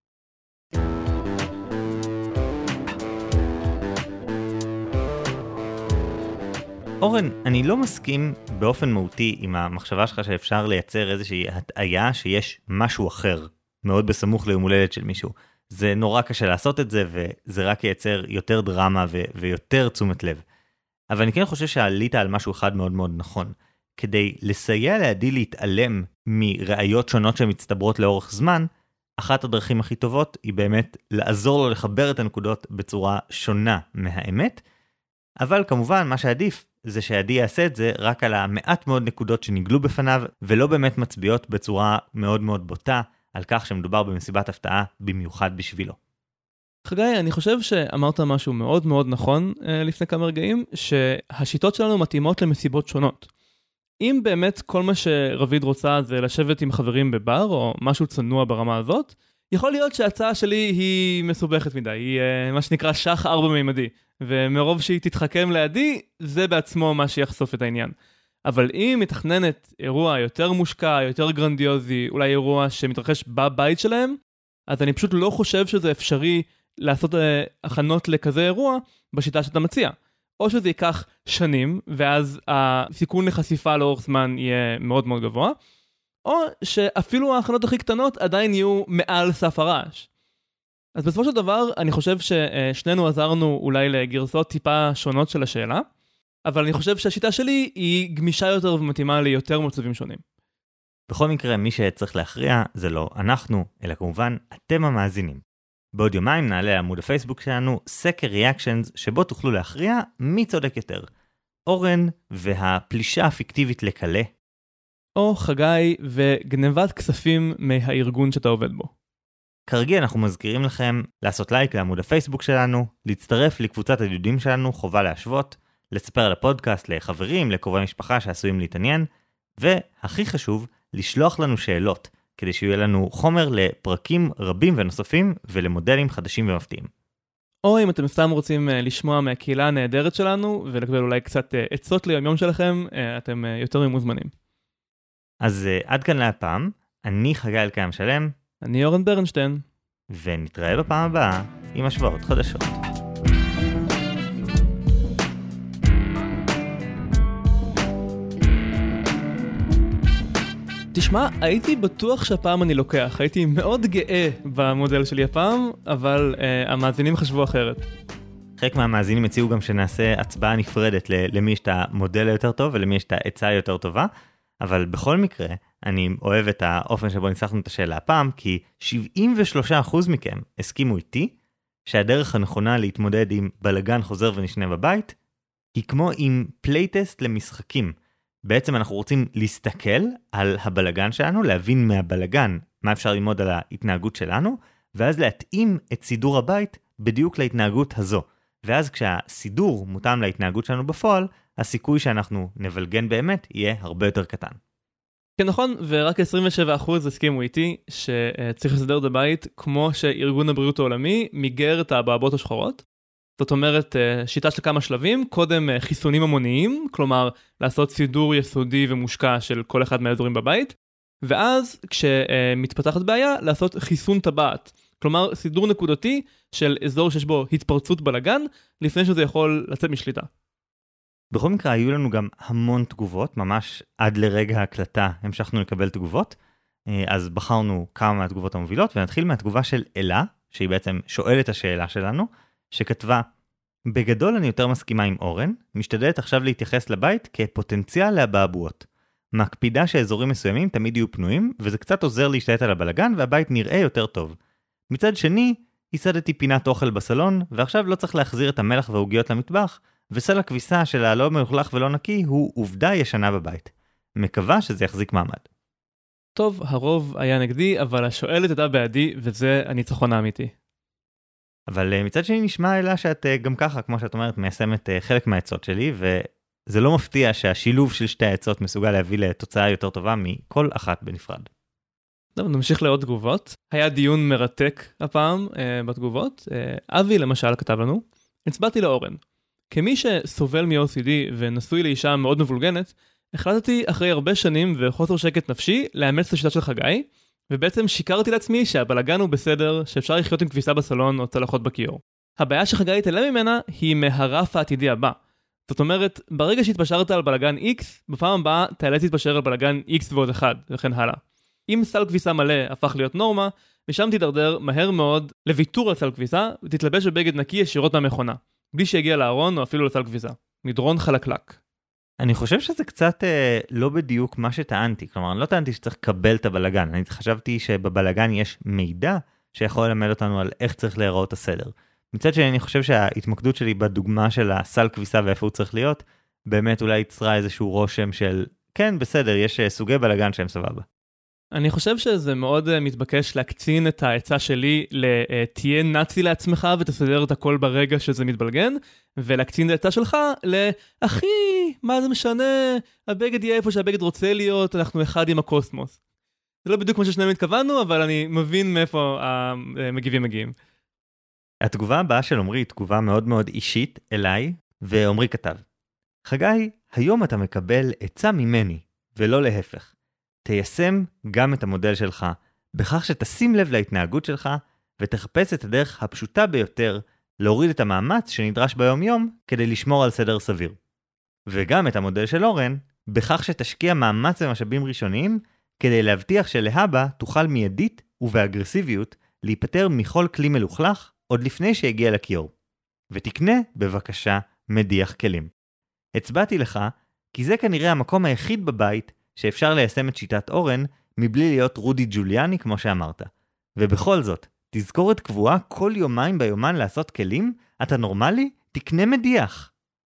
אורן, אני לא מסכים באופן מהותי עם המחשבה שלך שאפשר לייצר איזושהי הטעיה שיש משהו אחר, מאוד בסמוך ליום הולדת של מישהו. זה נורא קשה לעשות את זה, וזה רק ייצר יותר דרמה ויותר תשומת לב. אבל אני כן חושב שעלית על משהו אחד מאוד מאוד נכון. כדי לסייע לעדי להתעלם מראיות שונות שמצטברות לאורך זמן, אחת הדרכים הכי טובות היא באמת לעזור לו לחבר את הנקודות בצורה שונה מהאמת, אבל כמובן מה שעדיף זה שעדי יעשה את זה רק על המעט מאוד נקודות שניגלו בפניו, ולא באמת מצביעות בצורה מאוד מאוד בוטה על כך שמדובר במסיבת הפתעה במיוחד בשבילו. חגי, אני חושב שאמרת משהו מאוד מאוד נכון לפני כמה רגעים, שהשיטות שלנו מתאימות למסיבות שונות. אם באמת כל מה שרביד רוצה זה לשבת עם חברים בבר, או משהו צנוע ברמה הזאת, יכול להיות שההצעה שלי היא מסובכת מדי, היא מה שנקרא שח 4-מימדי, ומרוב שהיא תתחכם לידי, זה בעצמו מה שיחשוף את העניין. אבל אם מתכננת אירוע יותר מושקע, יותר גרנדיוזי, אולי אירוע שמתרחש בבית שלהם, אז אני פשוט לא חושב שזה אפשרי לעשות הכנות לכזה אירוע בשיטה שאתה מציע. או שזה ייקח שנים, ואז הסיכון לחשיפה לאורך זמן יהיה מאוד מאוד גבוה, או שאפילו ההכנות הכי קטנות עדיין יהיו מעל סף הרעש. אז בסופו של דבר, אני חושב ששנינו עזרנו אולי לגרסות טיפה שונות של השאלה, אבל אני חושב שהשיטה שלי היא גמישה יותר ומתאימה ליותר מצבים שונים. בכל מקרה, מי שצריך להכריע זה לא אנחנו, אלא כמובן אתם המאזינים. בעוד יומיים נעלה לעמוד הפייסבוק שלנו סקר ריאקשנס שבו תוכלו להכריע מי צודק יותר. אורן והפלישה הפיקטיבית לקלה. או חגי וגנבת כספים מהארגון שאתה עובד בו. כרגיל אנחנו מזכירים לכם לעשות לייק לעמוד הפייסבוק שלנו, להצטרף לקבוצת הידידים שלנו חובה להשוות, לספר על הפודקאסט לחברים, לקרובי משפחה שעשויים להתעניין, והכי חשוב, לשלוח לנו שאלות, כדי שיהיה לנו חומר לפרקים רבים ונוספים ולמודלים חדשים ומפתיעים. או אם אתם סתם רוצים לשמוע מהקהילה הנהדרת שלנו, ולקבל אולי קצת עצות ליום שלכם, אתם יותר ממוזמנים. אז עד כאן להפעם, אני חגי אלקיים שלם. אני אורן ברנשטיין. ונתראה בפעם הבאה עם השוואות חדשות. תשמע, הייתי בטוח שהפעם אני לוקח, הייתי מאוד גאה במודל שלי הפעם, אבל המאזינים חשבו אחרת. חלק מהמאזינים הציעו גם שנעשה הצבעה נפרדת למי יש את המודל היותר טוב ולמי יש את העצה היותר טובה, אבל בכל מקרה אני אוהב את האופן שבו ניסחנו את השאלה הפעם, כי 73% מכם הסכימו איתי שהדרך הנכונה להתמודד עם בלגן חוזר ונשנה בבית היא כמו עם פלייטסט למשחקים. בעצם אנחנו רוצים להסתכל על הבלגן שלנו, להבין מהבלגן מה אפשר ללמוד על ההתנהגות שלנו, ואז להתאים את סידור הבית בדיוק להתנהגות הזו. ואז כשהסידור מותאם להתנהגות שלנו בפועל, הסיכוי שאנחנו נבלגן באמת יהיה הרבה יותר קטן. כן, נכון, ורק 27% הסכימו איתי שצריך לסדר את הבית כמו שארגון הבריאות העולמי מיגר את הבעבעות השחורות. זאת אומרת, שיטה של כמה שלבים, קודם חיסונים המוניים, כלומר, לעשות סידור יסודי ומושקע של כל אחד מהאזורים בבית, ואז כשמתפתחת בעיה, לעשות חיסון טבעת, כלומר, סידור נקודתי של אזור שיש בו התפרצות בלגן, לפני שזה יכול לצאת משליטה. בכל מקרה, היו לנו גם המון תגובות, ממש עד לרגע ההקלטה המשכנו לקבל תגובות, אז בחרנו כמה מהתגובות המובילות, ונתחיל מהתגובה של אלה, שהיא בעצם שואלת השאלה שלנו, שכתבה, בגדול אני יותר מסכימה עם אורן, משתדלת עכשיו להתייחס לבית כפוטנציאל להבעבועות. מקפידה שאזורים מסוימים תמיד יהיו פנויים, וזה קצת עוזר להשתלט על הבלגן, והבית נראה יותר טוב. מצד שני, ייסדתי פינת אוכל בסלון, ועכשיו לא צריך להחזיר את המלח והעוגיות למטבח, וסל הכביסה של הלא מלוכלך ולא נקי הוא עובדה ישנה בבית. מקווה שזה יחזיק מעמד. טוב, הרוב היה נגדי, אבל השואלת הייתה בעדי, וזה הניצחון האמיתי. אבל מצד שני נשמע אלה שאת גם ככה, כמו שאת אומרת, מיישמת חלק מהעצות שלי, וזה לא מפתיע שהשילוב של שתי העצות מסוגל להביא לתוצאה יותר טובה מכל אחת בנפרד. טוב, נמשיך לעוד תגובות. היה דיון מרתק הפעם בתגובות. אבי למשל כתב לנו, הצבעתי לאורן. כמי שסובל מ-OCD ונשוי לאישה מאוד מבולגנת, החלטתי אחרי הרבה שנים וחוסר שקט נפשי לאמץ את השיטה של חגי, ובעצם שיקרתי לעצמי שהבלגן הוא בסדר, שאפשר לחיות עם כביסה בסלון או צלחות בכיור. הבעיה שחגי התעלם ממנה היא מהרף העתידי הבא. זאת אומרת, ברגע שהתפשרת על בלגן X, בפעם הבאה תאלץ להתפשר על בלגן X ועוד 1, וכן הלאה. אם סל כביסה מלא הפך להיות נורמה, משם תידרדר מהר מאוד לוויתור על סל כביסה, ותתלבש בבגד נקי ישירות מהמכונה, בלי שיגיע לארון או אפילו לסל כביסה. מדרון חלקלק. אני חושב שזה קצת לא בדיוק מה שטענתי, כלומר, אני לא טענתי שצריך לקבל את הבלגן, אני חשבתי שבבלגן יש מידע שיכול ללמד אותנו על איך צריך להיראות הסדר. מצד שני, אני חושב שההתמקדות שלי בדוגמה של הסל כביסה ואיפה הוא צריך להיות, באמת אולי יצרה איזשהו רושם של, כן, בסדר, יש סוגי בלגן שהם סבבה. אני חושב שזה מאוד מתבקש להקצין את העצה שלי לתהיה נאצי לעצמך ותסדר את הכל ברגע שזה מתבלגן, ולהקצין את העצה שלך לאחי, מה זה משנה, הבגד יהיה איפה שהבגד רוצה להיות, אנחנו אחד עם הקוסמוס. זה לא בדיוק מה ששנינו התכוונו, אבל אני מבין מאיפה המגיבים מגיעים. התגובה הבאה של עומרי היא תגובה מאוד מאוד אישית אליי, ועומרי כתב, חגי, היום אתה מקבל עצה ממני, ולא להפך. תיישם גם את המודל שלך, בכך שתשים לב להתנהגות שלך, ותחפש את הדרך הפשוטה ביותר להוריד את המאמץ שנדרש ביום יום כדי לשמור על סדר סביר. וגם את המודל של אורן, בכך שתשקיע מאמץ ומשאבים ראשוניים, כדי להבטיח שלהבא תוכל מיידית ובאגרסיביות להיפטר מכל כלי מלוכלך עוד לפני שיגיע לכיור. ותקנה, בבקשה, מדיח כלים. הצבעתי לך, כי זה כנראה המקום היחיד בבית שאפשר ליישם את שיטת אורן מבלי להיות רודי ג'וליאני כמו שאמרת. ובכל זאת, תזכורת קבועה כל יומיים ביומן לעשות כלים, אתה נורמלי? תקנה מדיח.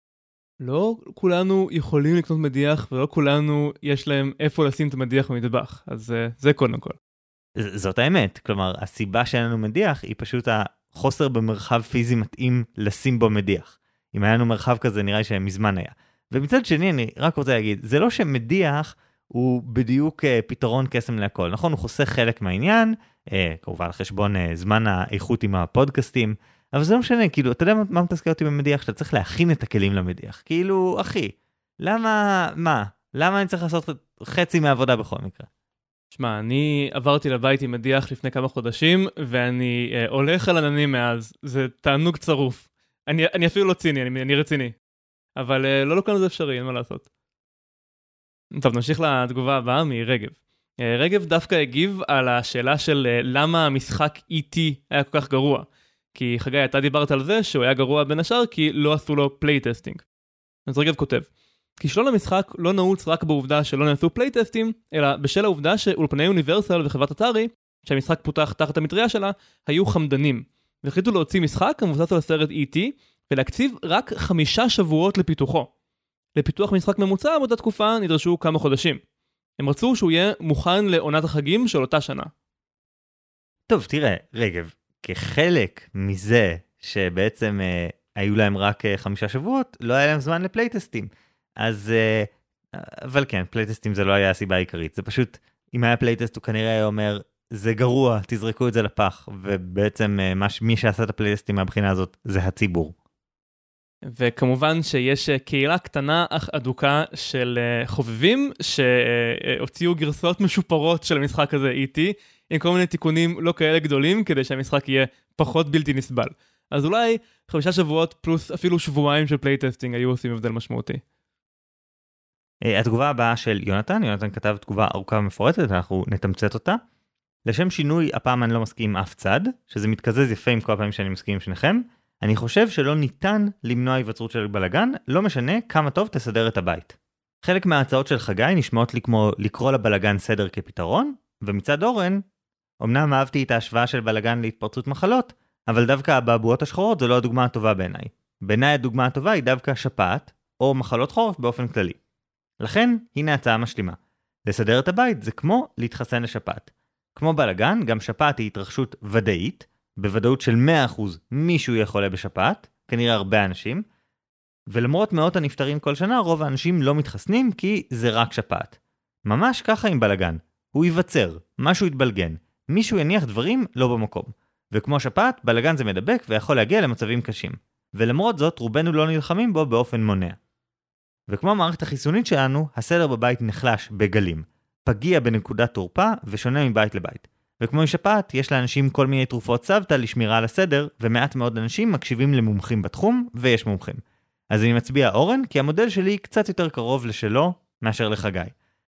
לא כולנו יכולים לקנות מדיח, ולא כולנו יש להם איפה לשים את המדיח במטבח, אז זה קודם כל. זאת האמת, כלומר, הסיבה שאין לנו מדיח היא פשוט החוסר במרחב פיזי מתאים לשים בו מדיח. אם היה לנו מרחב כזה נראה שמזמן היה. ומצד שני אני רק רוצה להגיד, זה לא שמדיח הוא בדיוק פתרון קסם להכל, נכון? הוא חוסך חלק מהעניין, כמובן על חשבון זמן האיכות עם הפודקאסטים, אבל זה לא משנה, כאילו, אתה יודע מה מתסכל אותי במדיח? שאתה צריך להכין את הכלים למדיח. כאילו, אחי, למה אני צריך לעשות חצי מהעבודה בכל מקרה? שמע, אני עברתי לבית עם מדיח לפני כמה חודשים, ואני הולך על עננים מאז, זה תענוג צרוף. אני אפילו לא ציני, אני רציני. אבל לא לכאן זה אפשרי, אין מה לעשות. טוב, נמשיך לתגובה הבאה מרגב. רגב דווקא הגיב על השאלה של למה המשחק E.T. היה כל כך גרוע. כי חגי, אתה דיברת על זה שהוא היה גרוע בין השאר כי לא עשו לו פלייטסטינג. אז רגב כותב, כישלון המשחק לא נעוץ רק בעובדה שלא נעשו פלייטסטים, אלא בשל העובדה שאולפני אוניברסל וחברת אתרי, שהמשחק פותח תחת המטריה שלה, היו חמדנים. והחליטו להוציא משחק המבוסס על הסרט E.T. ולהקציב רק 5 שבועות לפיתוחו. לפיתוח משחק ממוצע באותה תקופה נדרשו כמה חודשים. הם רצו שהוא יהיה מוכן לעונת החגים של אותה שנה. טוב, תראה, רגב, כחלק מזה שבעצם היו להם רק 5 שבועות, לא היה להם זמן לפלייטסטים. אז, אבל כן, פלייטסטים זה לא היה הסיבה העיקרית. זה פשוט, אם היה פלייטסט הוא כנראה היה אומר, זה גרוע, תזרקו את זה לפח. ובעצם מי שעשה את הפלייטסטים מהבחינה הזאת זה הציבור. וכמובן שיש קהילה קטנה אך אדוקה של חובבים שהוציאו גרסאות משופרות של המשחק הזה E.T. עם כל מיני תיקונים לא כאלה גדולים כדי שהמשחק יהיה פחות בלתי נסבל. אז אולי 5 שבועות פלוס אפילו שבועיים של פלייטסטינג היו עושים הבדל משמעותי. התגובה הבאה של יונתן כתב תגובה ארוכה ומפורטת, אנחנו נתמצת אותה. לשם שינוי, הפעם אני לא מסכים עם אף צד, שזה מתקזז יפה עם כל הפעמים שאני מסכים עם שניכם. אני חושב שלא ניתן למנוע היווצרות של בלגן, לא משנה כמה טוב תסדר את הבית. חלק מההצעות של חגי נשמעות לי כמו לקרוא לבלגן סדר כפתרון, ומצד אורן, אמנם אהבתי את ההשוואה של בלגן להתפרצות מחלות, אבל דווקא הבעבועות השחורות זו לא הדוגמה הטובה בעיניי. בעיניי הדוגמה הטובה היא דווקא שפעת, או מחלות חורף באופן כללי. לכן, הנה הצעה משלימה. לסדר את הבית זה כמו להתחסן לשפעת. כמו בלגן, גם שפעת היא התרחשות ודאית, בוודאות של 100% מישהו יהיה חולה בשפעת, כנראה הרבה אנשים, ולמרות מאות הנפטרים כל שנה, רוב האנשים לא מתחסנים כי זה רק שפעת. ממש ככה עם בלגן. הוא ייווצר, משהו יתבלגן, מישהו יניח דברים לא במקום. וכמו שפעת, בלגן זה מדבק ויכול להגיע למצבים קשים. ולמרות זאת, רובנו לא נלחמים בו באופן מונע. וכמו המערכת החיסונית שלנו, הסדר בבית נחלש בגלים. פגיע בנקודת תורפה ושונה מבית לבית. וכמו שפעת, יש לאנשים כל מיני תרופות סבתא לשמירה על הסדר, ומעט מאוד אנשים מקשיבים למומחים בתחום, ויש מומחים. אז אני מצביע אורן, כי המודל שלי קצת יותר קרוב לשלו מאשר לחגי.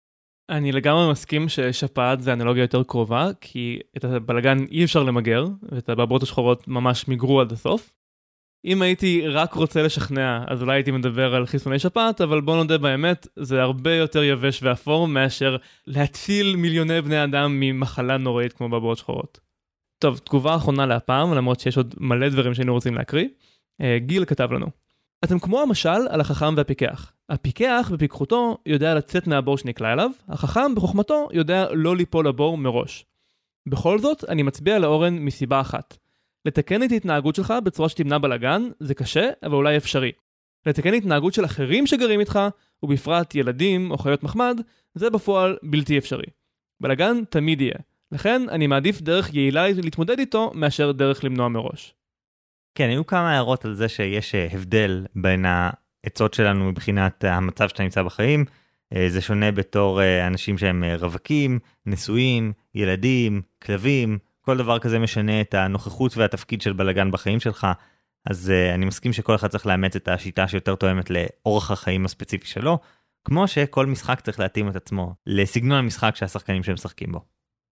אני לגמרי מסכים ששפעת זה אנלוגיה יותר קרובה, כי את הבלגן אי אפשר למגר, ואת הבעבועות השחורות ממש מיגרו עד הסוף. אם הייתי רק רוצה לשכנע, אז אולי הייתי מדבר על חיסוני שפעת, אבל בוא נודה באמת, זה הרבה יותר יבש ואפור מאשר להציל מיליוני בני אדם ממחלה נוראית כמו בעבועות שחורות. טוב, תגובה אחרונה להפעם, למרות שיש עוד מלא דברים שהיינו רוצים להקריא. גיל כתב לנו. אתם כמו המשל על החכם והפיקח. הפיקח בפיקחותו יודע לצאת מהבור שנקלע אליו, החכם בחוכמתו יודע לא ליפול לבור מראש. בכל זאת, אני מצביע לאורן מסיבה אחת. לתקן את ההתנהגות שלך בצורה שתמנע בלגן, זה קשה, אבל אולי אפשרי. לתקן התנהגות של אחרים שגרים איתך, ובפרט ילדים או חיות מחמד, זה בפועל בלתי אפשרי. בלגן תמיד יהיה. לכן אני מעדיף דרך יעילה להתמודד איתו, מאשר דרך למנוע מראש. כן, היו כמה הערות על זה שיש הבדל בין העצות שלנו מבחינת המצב שאתה נמצא בחיים. זה שונה בתור אנשים שהם רווקים, נשואים, ילדים, כלבים, כל דבר כזה משנה את הנוכחות והתפקיד של בלגן בחיים שלך. אז אני מסכים שכל אחד צריך לאמץ את השיטה שיותר תואמת לאורח החיים הספציפי שלו, כמו שכל משחק צריך להתאים את עצמו לסגנון המשחק שהשחקנים שמשחקים בו.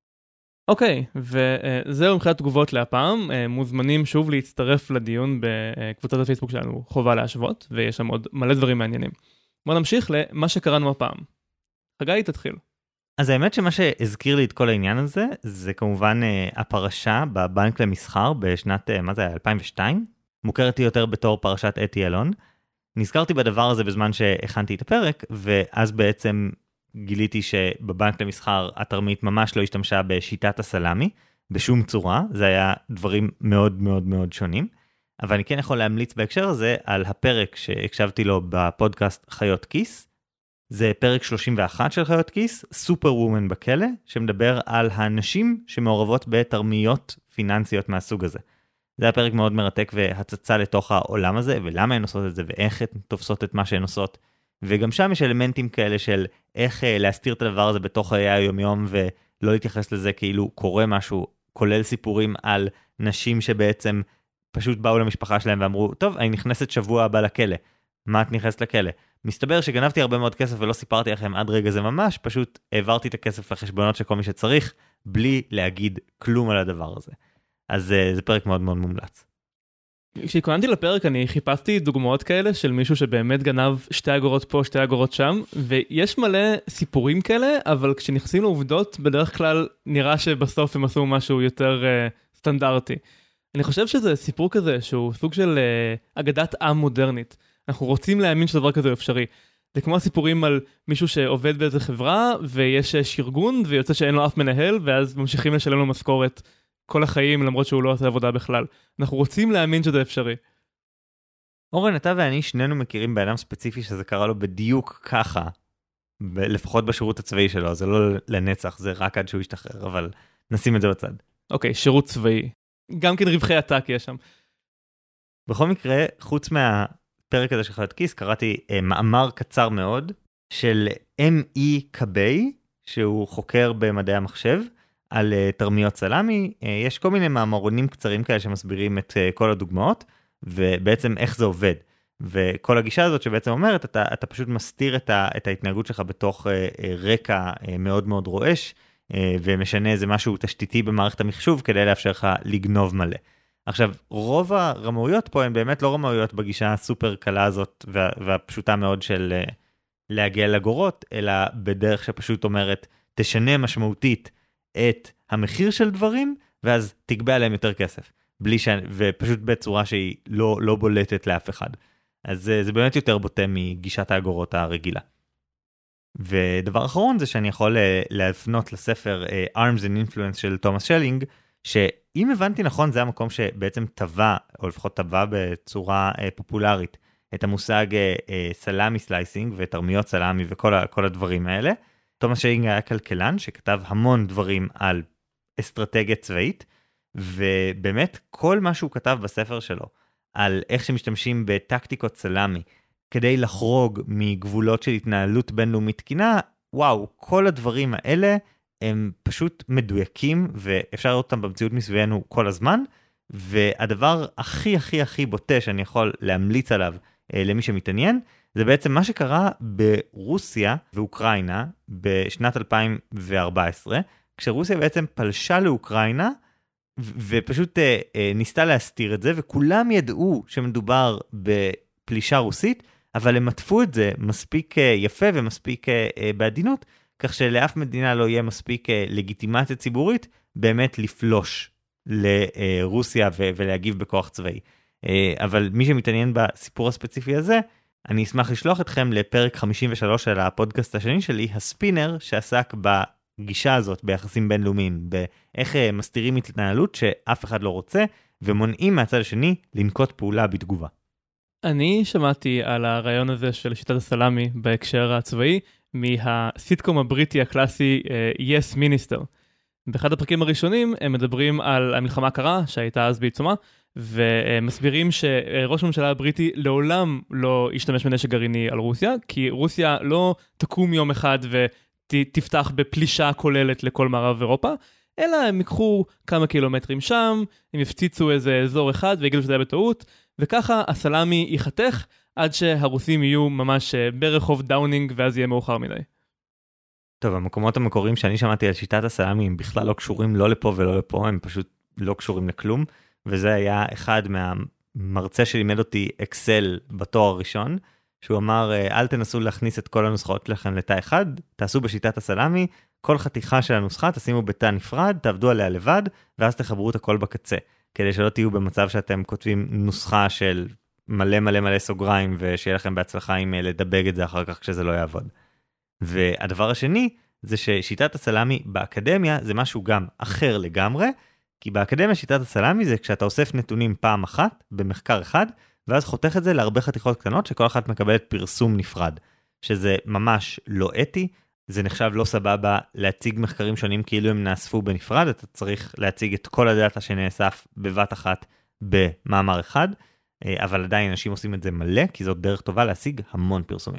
אוקיי, וזהו מבחינת תגובות להפעם. מוזמנים שוב להצטרף לדיון בקבוצת הפייסבוק שלנו, חובה להשוות, ויש שם עוד מלא דברים מעניינים. בוא נמשיך למה שקראנו הפעם. חגי, תתחיל. אז האמת שמה שהזכיר לי את כל העניין הזה, זה כמובן הפרשה בבנק למסחר בשנת, 2002? מוכרת לי יותר בתור פרשת אתי אלון. נזכרתי בדבר הזה בזמן שהכנתי את הפרק, ואז בעצם גיליתי שבבנק למסחר התרמית ממש לא השתמשה בשיטת הסלמי, בשום צורה, זה היה דברים מאוד מאוד מאוד שונים, אבל אני כן יכול להמליץ בהקשר הזה על הפרק שהקשבתי לו בפודקאסט חיות כיס, זה פרק 31 של חיות כיס, סופר וומן בכלא, שמדבר על הנשים שמעורבות בתרמיות פיננסיות מהסוג הזה. זה היה פרק מאוד מרתק והצצה לתוך העולם הזה, ולמה הן עושות את זה, ואיך הן תופסות את מה שהן עושות. וגם שם יש אלמנטים כאלה של איך להסתיר את הדבר הזה בתוך חיי היומיום, ולא להתייחס לזה כאילו קורה משהו, כולל סיפורים על נשים שבעצם פשוט באו למשפחה שלהם ואמרו, טוב, אני נכנסת שבוע הבא לכלא. מה את נכנסת לכלא? מסתבר שגנבתי הרבה מאוד כסף ולא סיפרתי לכם עד רגע זה ממש, פשוט העברתי את הכסף לחשבונות של כל מי שצריך, בלי להגיד כלום על הדבר הזה. אז זה פרק מאוד מאוד מומלץ. כשהתכוננתי לפרק אני חיפשתי דוגמאות כאלה של מישהו שבאמת גנב 2 אגורות פה, 2 אגורות שם, ויש מלא סיפורים כאלה, אבל כשנכנסים לעובדות, בדרך כלל נראה שבסוף הם עשו משהו יותר סטנדרטי. אני חושב שזה סיפור כזה שהוא סוג של אגדת עם מודרנית. אנחנו רוצים להאמין שדבר כזה אפשרי. זה כמו הסיפורים על מישהו שעובד באיזה חברה, ויש שרגון, ויוצא שאין לו אף מנהל, ואז ממשיכים לשלם לו משכורת כל החיים, למרות שהוא לא עושה עבודה בכלל. אנחנו רוצים להאמין שזה אפשרי. אורן, אתה ואני שנינו מכירים באדם ספציפי שזה קרה לו בדיוק ככה, לפחות בשירות הצבאי שלו, זה לא לנצח, זה רק עד שהוא ישתחרר, אבל נשים את זה בצד. אוקיי, שירות צבאי. גם כן רווחי עתק יש שם. בכל מקרה, חוץ מהפרק הזה של חיות כיס, קראתי מאמר קצר מאוד של M.E. קביי, שהוא חוקר במדעי המחשב, על תרמיות סלמי. יש כל מיני מאמרונים קצרים כאלה שמסבירים את כל הדוגמאות, ובעצם איך זה עובד. וכל הגישה הזאת שבעצם אומרת, אתה פשוט מסתיר את ההתנהגות שלך בתוך רקע מאוד מאוד רועש, ומשנה איזה משהו תשתיתי במערכת המחשוב, כדי לאפשר לך לגנוב מלא. עכשיו, רוב הרמאויות פה הן באמת לא רמאויות בגישה הסופר קלה הזאת, והפשוטה מאוד של להגיע לגורות, אלא בדרך שפשוט אומרת, תשנה משמעותית את המחיר של דברים, ואז תגבה עליהם יותר כסף. ופשוט בצורה שהיא לא בולטת לאף אחד. אז זה באמת יותר בוטה מגישת האגורות הרגילה. ודבר אחרון זה שאני יכול להפנות לספר Arms and Influence של תומאס שלינג, שאם הבנתי נכון זה המקום שבעצם טבע, או לפחות טבע בצורה פופולרית, את המושג סלאמי סלייסינג ותרמיות סלאמי וכל הדברים האלה. תומאס שלינג היה כלכלן שכתב המון דברים על אסטרטגיה צבאית, ובאמת כל מה שהוא כתב בספר שלו, על איך שמשתמשים בטקטיקות סלאמי, כדי לחרוג מגבולות של התנהלות בינלאומית תקינה, וואו, כל הדברים האלה הם פשוט מדויקים, ואפשר לראות אותם במציאות מסביבנו כל הזמן, והדבר הכי הכי הכי בוטה שאני יכול להמליץ עליו למי שמתעניין, זה בעצם מה שקרה ברוסיה ואוקראינה בשנת 2014, כשרוסיה בעצם פלשה לאוקראינה, ופשוט ניסתה להסתיר את זה, וכולם ידעו שמדובר בפלישה רוסית, אבל הם עטפו את זה מספיק יפה ומספיק בעדינות, כך שלאף מדינה לא יהיה מספיק לגיטימציה ציבורית, באמת לפלוש לרוסיה ולהגיב בכוח צבאי. אבל מי שמתעניין בסיפור הספציפי הזה, אני אשמח לשלוח אתכם לפרק 53 של הפודקאסט השני שלי, הספינר, שעסק בגישה הזאת ביחסים בינלאומיים, באיך מסתירים התנהלות שאף אחד לא רוצה, ומונעים מהצד השני לנקוט פעולה בתגובה. אני שמעתי על הרעיון הזה של שיטת הסלאמי בהקשר הצבאי, מהסיטקום הבריטי הקלאסי Yes Minister. באחד הפרקים הראשונים הם מדברים על המלחמה הקרה שהייתה אז בעיצומה, ומסבירים שראש הממשלה הבריטי לעולם לא ישתמש בנשק גרעיני על רוסיה, כי רוסיה לא תקום יום אחד ותפתח בפלישה כוללת לכל מערב אירופה, אלא הם יקחו כמה קילומטרים שם, הם יפציצו איזה אזור אחד ויגידו שזה היה בטעות, וככה הסלאמי ייחתך עד שהרוסים יהיו ממש ברחוב דאונינג ואז יהיה מאוחר מדי. טוב, המקומות המקוריים שאני שמעתי על שיטת הסלאמי הם בכלל לא קשורים לא לפה ולא לפה, הם פשוט לא קשורים לכלום, וזה היה אחד מהמרצה שלימד אותי אקסל בתואר הראשון, שהוא אמר, אל תנסו להכניס את כל הנוסחאות לכם לתא אחד, תעשו בשיטת הסלאמי, כל חתיכה של הנוסחה תשימו בתא נפרד, תעבדו עליה לבד, ואז תחברו את הכל בקצה, כדי שלא תהיו במצב שאתם כותבים נוסחה של מלא מלא מלא סוגריים, ושיהיה לכם בהצלחה עם לדבג את זה אחר כך כשזה לא יעבוד. והדבר השני, זה ששיטת הסלאמי באקדמיה זה משהו גם אחר לגמרי, כי באקדמיה שיטת הסלאמי זה כשאתה אוסף נתונים פעם אחת, במחקר אחד, ואז חותך את זה להרבה חתיכות קטנות, שכל אחת מקבלת פרסום נפרד, שזה ממש לא אתי, זה נחשב לא סבבה להציג מחקרים שונים כאילו הם נאספו בנפרד, אתה צריך להציג את כל הדאטה שנאסף בבת אחת במאמר אחד, אבל עדיין אנשים עושים את זה מלא, כי זאת דרך טובה להשיג המון פרסומים.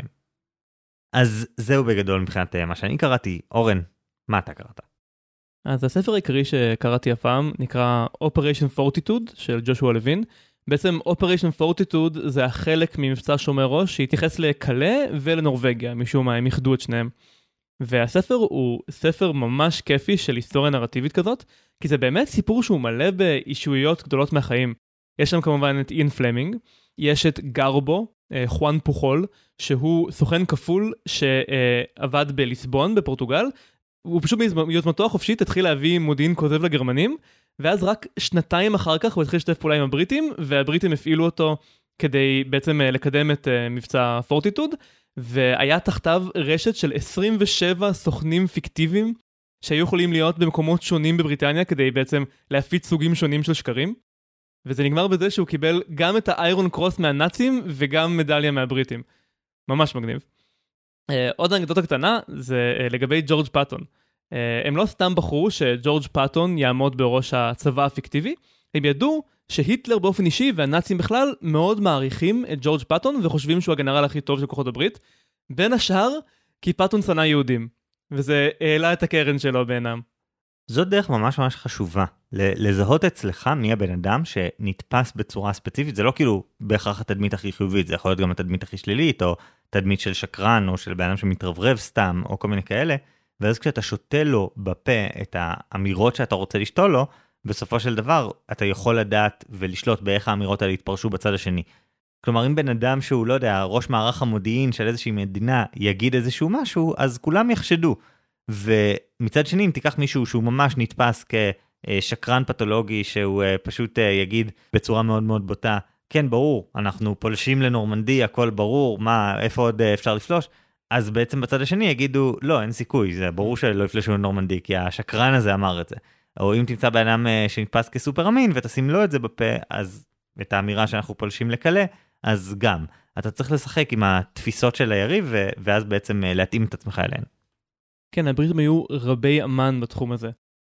אז זהו בגדול מבחינת מה שאני קראתי. אורן, מה אתה קראת? אז הספר העיקרי שקראתי הפעם נקרא Operation Fortitude של ג'ושוע לוין. בעצם Operation Fortitude זה החלק ממבצע שומר ראש שהתייחס לקלה ולנורווגיה, משום מה הם יחדו את שניהם. והספר הוא ספר ממש כיפי של היסטוריה נרטיבית כזאת, כי זה באמת סיפור שהוא מלא באישויות גדולות מהחיים. יש שם כמובן את איין פלמינג, יש את גרבו, חואן פוחול, שהוא סוכן כפול שעבד בליסבון בפורטוגל, הוא פשוט מיוזמתו החופשית התחיל להביא מודיעין כוזב לגרמנים, ואז רק שנתיים אחר כך הוא התחיל לשתף פעולה עם הבריטים, והבריטים הפעילו אותו כדי בעצם לקדם את מבצע פורטיטוד, והיה תחתיו רשת של 27 סוכנים פיקטיביים, שהיו יכולים להיות במקומות שונים בבריטניה, כדי בעצם להפיץ סוגים שונים של שקרים, וזה נגמר בזה שהוא קיבל גם את האיירון קרוס מהנאצים, וגם מדליה מהבריטים. ממש מגניב. עוד אנקדוטה קטנה, זה לגבי ג'ורג' פאטון. הם לא סתם בחרו שג'ורג' פאטון יעמוד בראש הצבא הפיקטיבי, הם ידעו שהיטלר באופן אישי והנאצים בכלל מאוד מעריכים את ג'ורג' פאטון, וחושבים שהוא הגנרל הכי טוב של כוחות הברית, בין השאר כי פאטון שנא יהודים, וזה העלה את הקרן שלו בעינם. זאת דרך ממש ממש חשובה, לזהות אצלך מי הבן אדם שנתפס בצורה ספציפית, זה לא כאילו בהכרח התדמית הכי חיובית, זה יכול להיות גם התדמית הכי שלילית, או תדמית של שקרן, או של בן אדם שמתרברב סתם, או כל מיני כאלה, ואז כשאתה שותה לו בפה את האמירות שאתה רוצה לשתול לו, בסופו של דבר אתה יכול לדעת ולשלוט באיך האמירות האלה יתפרשו בצד השני. כלומר, אם בן אדם שהוא, לא יודע, ראש מערך המודיעין של איזושהי מדינה יגיד איזשהו משהו, אז כולם יחשדו. ומצד שני, אם תיקח מישהו שהוא ממש נתפס כשקרן פתולוגי, שהוא פשוט יגיד בצורה מאוד מאוד בוטה, כן, ברור, אנחנו פולשים לנורמנדי, הכל ברור, איפה עוד אפשר לפלוש? אז בעצם בצד השני יגידו, לא, אין סיכוי, זה ברור שלא יפלשו לנורמנדי, כי השקרן הזה אמר את זה. או אם תמצא באדם שנתפס כסופר אמין, ותשים לו את זה בפה, אז את האמירה שאנחנו פולשים לקלה, אז גם. אתה צריך לשחק עם התפיסות של היריב, ואז בעצם להתאים את עצמך אליהן. כן, הבריטים היו רבי אמן בתחום הזה.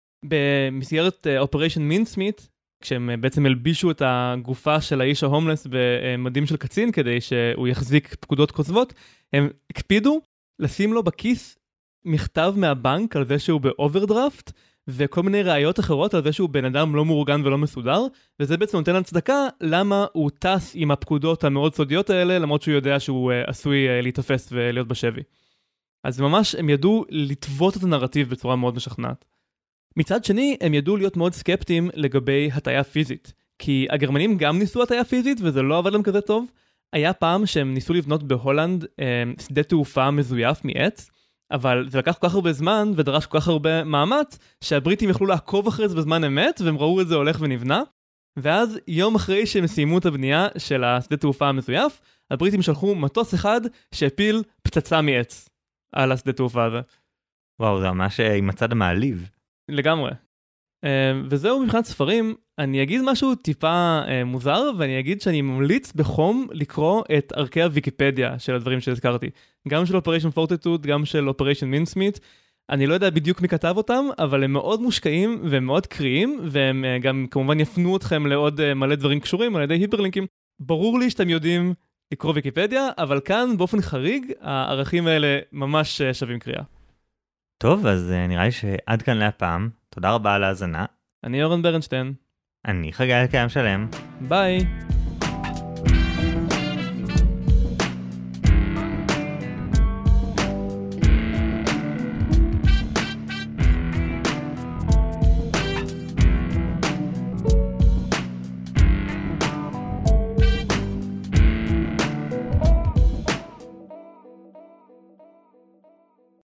במסגרת אופריישן מינסמית, כשהם בעצם הלבישו את הגופה של האיש ההומלס במדים של קצין, כדי שהוא יחזיק פקודות כוזבות, הם הקפידו לשים לו בכיס מכתב מהבנק על זה שהוא באוברדרפט, וכל מיני ראיות אחרות על זה שהוא בן אדם לא מאורגן ולא מסודר, וזה בעצם נותן הצדקה למה הוא טס עם הפקודות המאוד סודיות האלה, למרות שהוא יודע שהוא עשוי להתאפס ולהיות בשבי. אז ממש הם ידעו לטוות את הנרטיב בצורה מאוד משכנעת. מצד שני, הם ידעו להיות מאוד סקפטיים לגבי הטיה פיזית, כי הגרמנים גם ניסו הטיה פיזית וזה לא עבד להם כזה טוב. היה פעם שהם ניסו לבנות בהולנד שדה תעופה מזויף מעץ, אבל זה לקח כל כך הרבה זמן ודרש כל כך הרבה מאמץ, שהבריטים יכלו לעקוב אחרי זה בזמן אמת, והם ראו את זה הולך ונבנה. ואז יום אחרי שהם סיימו את הבנייה של השדה תעופה המזויף, הבריטים שלחו מטוס אחד שהפיל פצצה מעץ על השדה תעופה הזה. וואו, זה ממש עם הצד המעליב. לגמרי. וזהו מבחינת ספרים, אני אגיד משהו טיפה מוזר, ואני אגיד שאני ממליץ בחום לקרוא את ערכי הוויקיפדיה של הדברים שהזכרתי. גם של Operation Fortitude, גם של Operation Mincemeat. אני לא יודע בדיוק מי כתב אותם, אבל הם מאוד מושקעים והם מאוד קריאים, והם גם כמובן יפנו אתכם לעוד מלא דברים קשורים על ידי היפרלינקים. ברור לי שאתם יודעים לקרוא ויקיפדיה, אבל כאן באופן חריג, הערכים האלה ממש שווים קריאה. טוב, אז נראה לי שעד כאן להפעם. תודה רבה על ההאזנה. אני אורן ברנשטיין. אני חגי אלקיים שלם. ביי.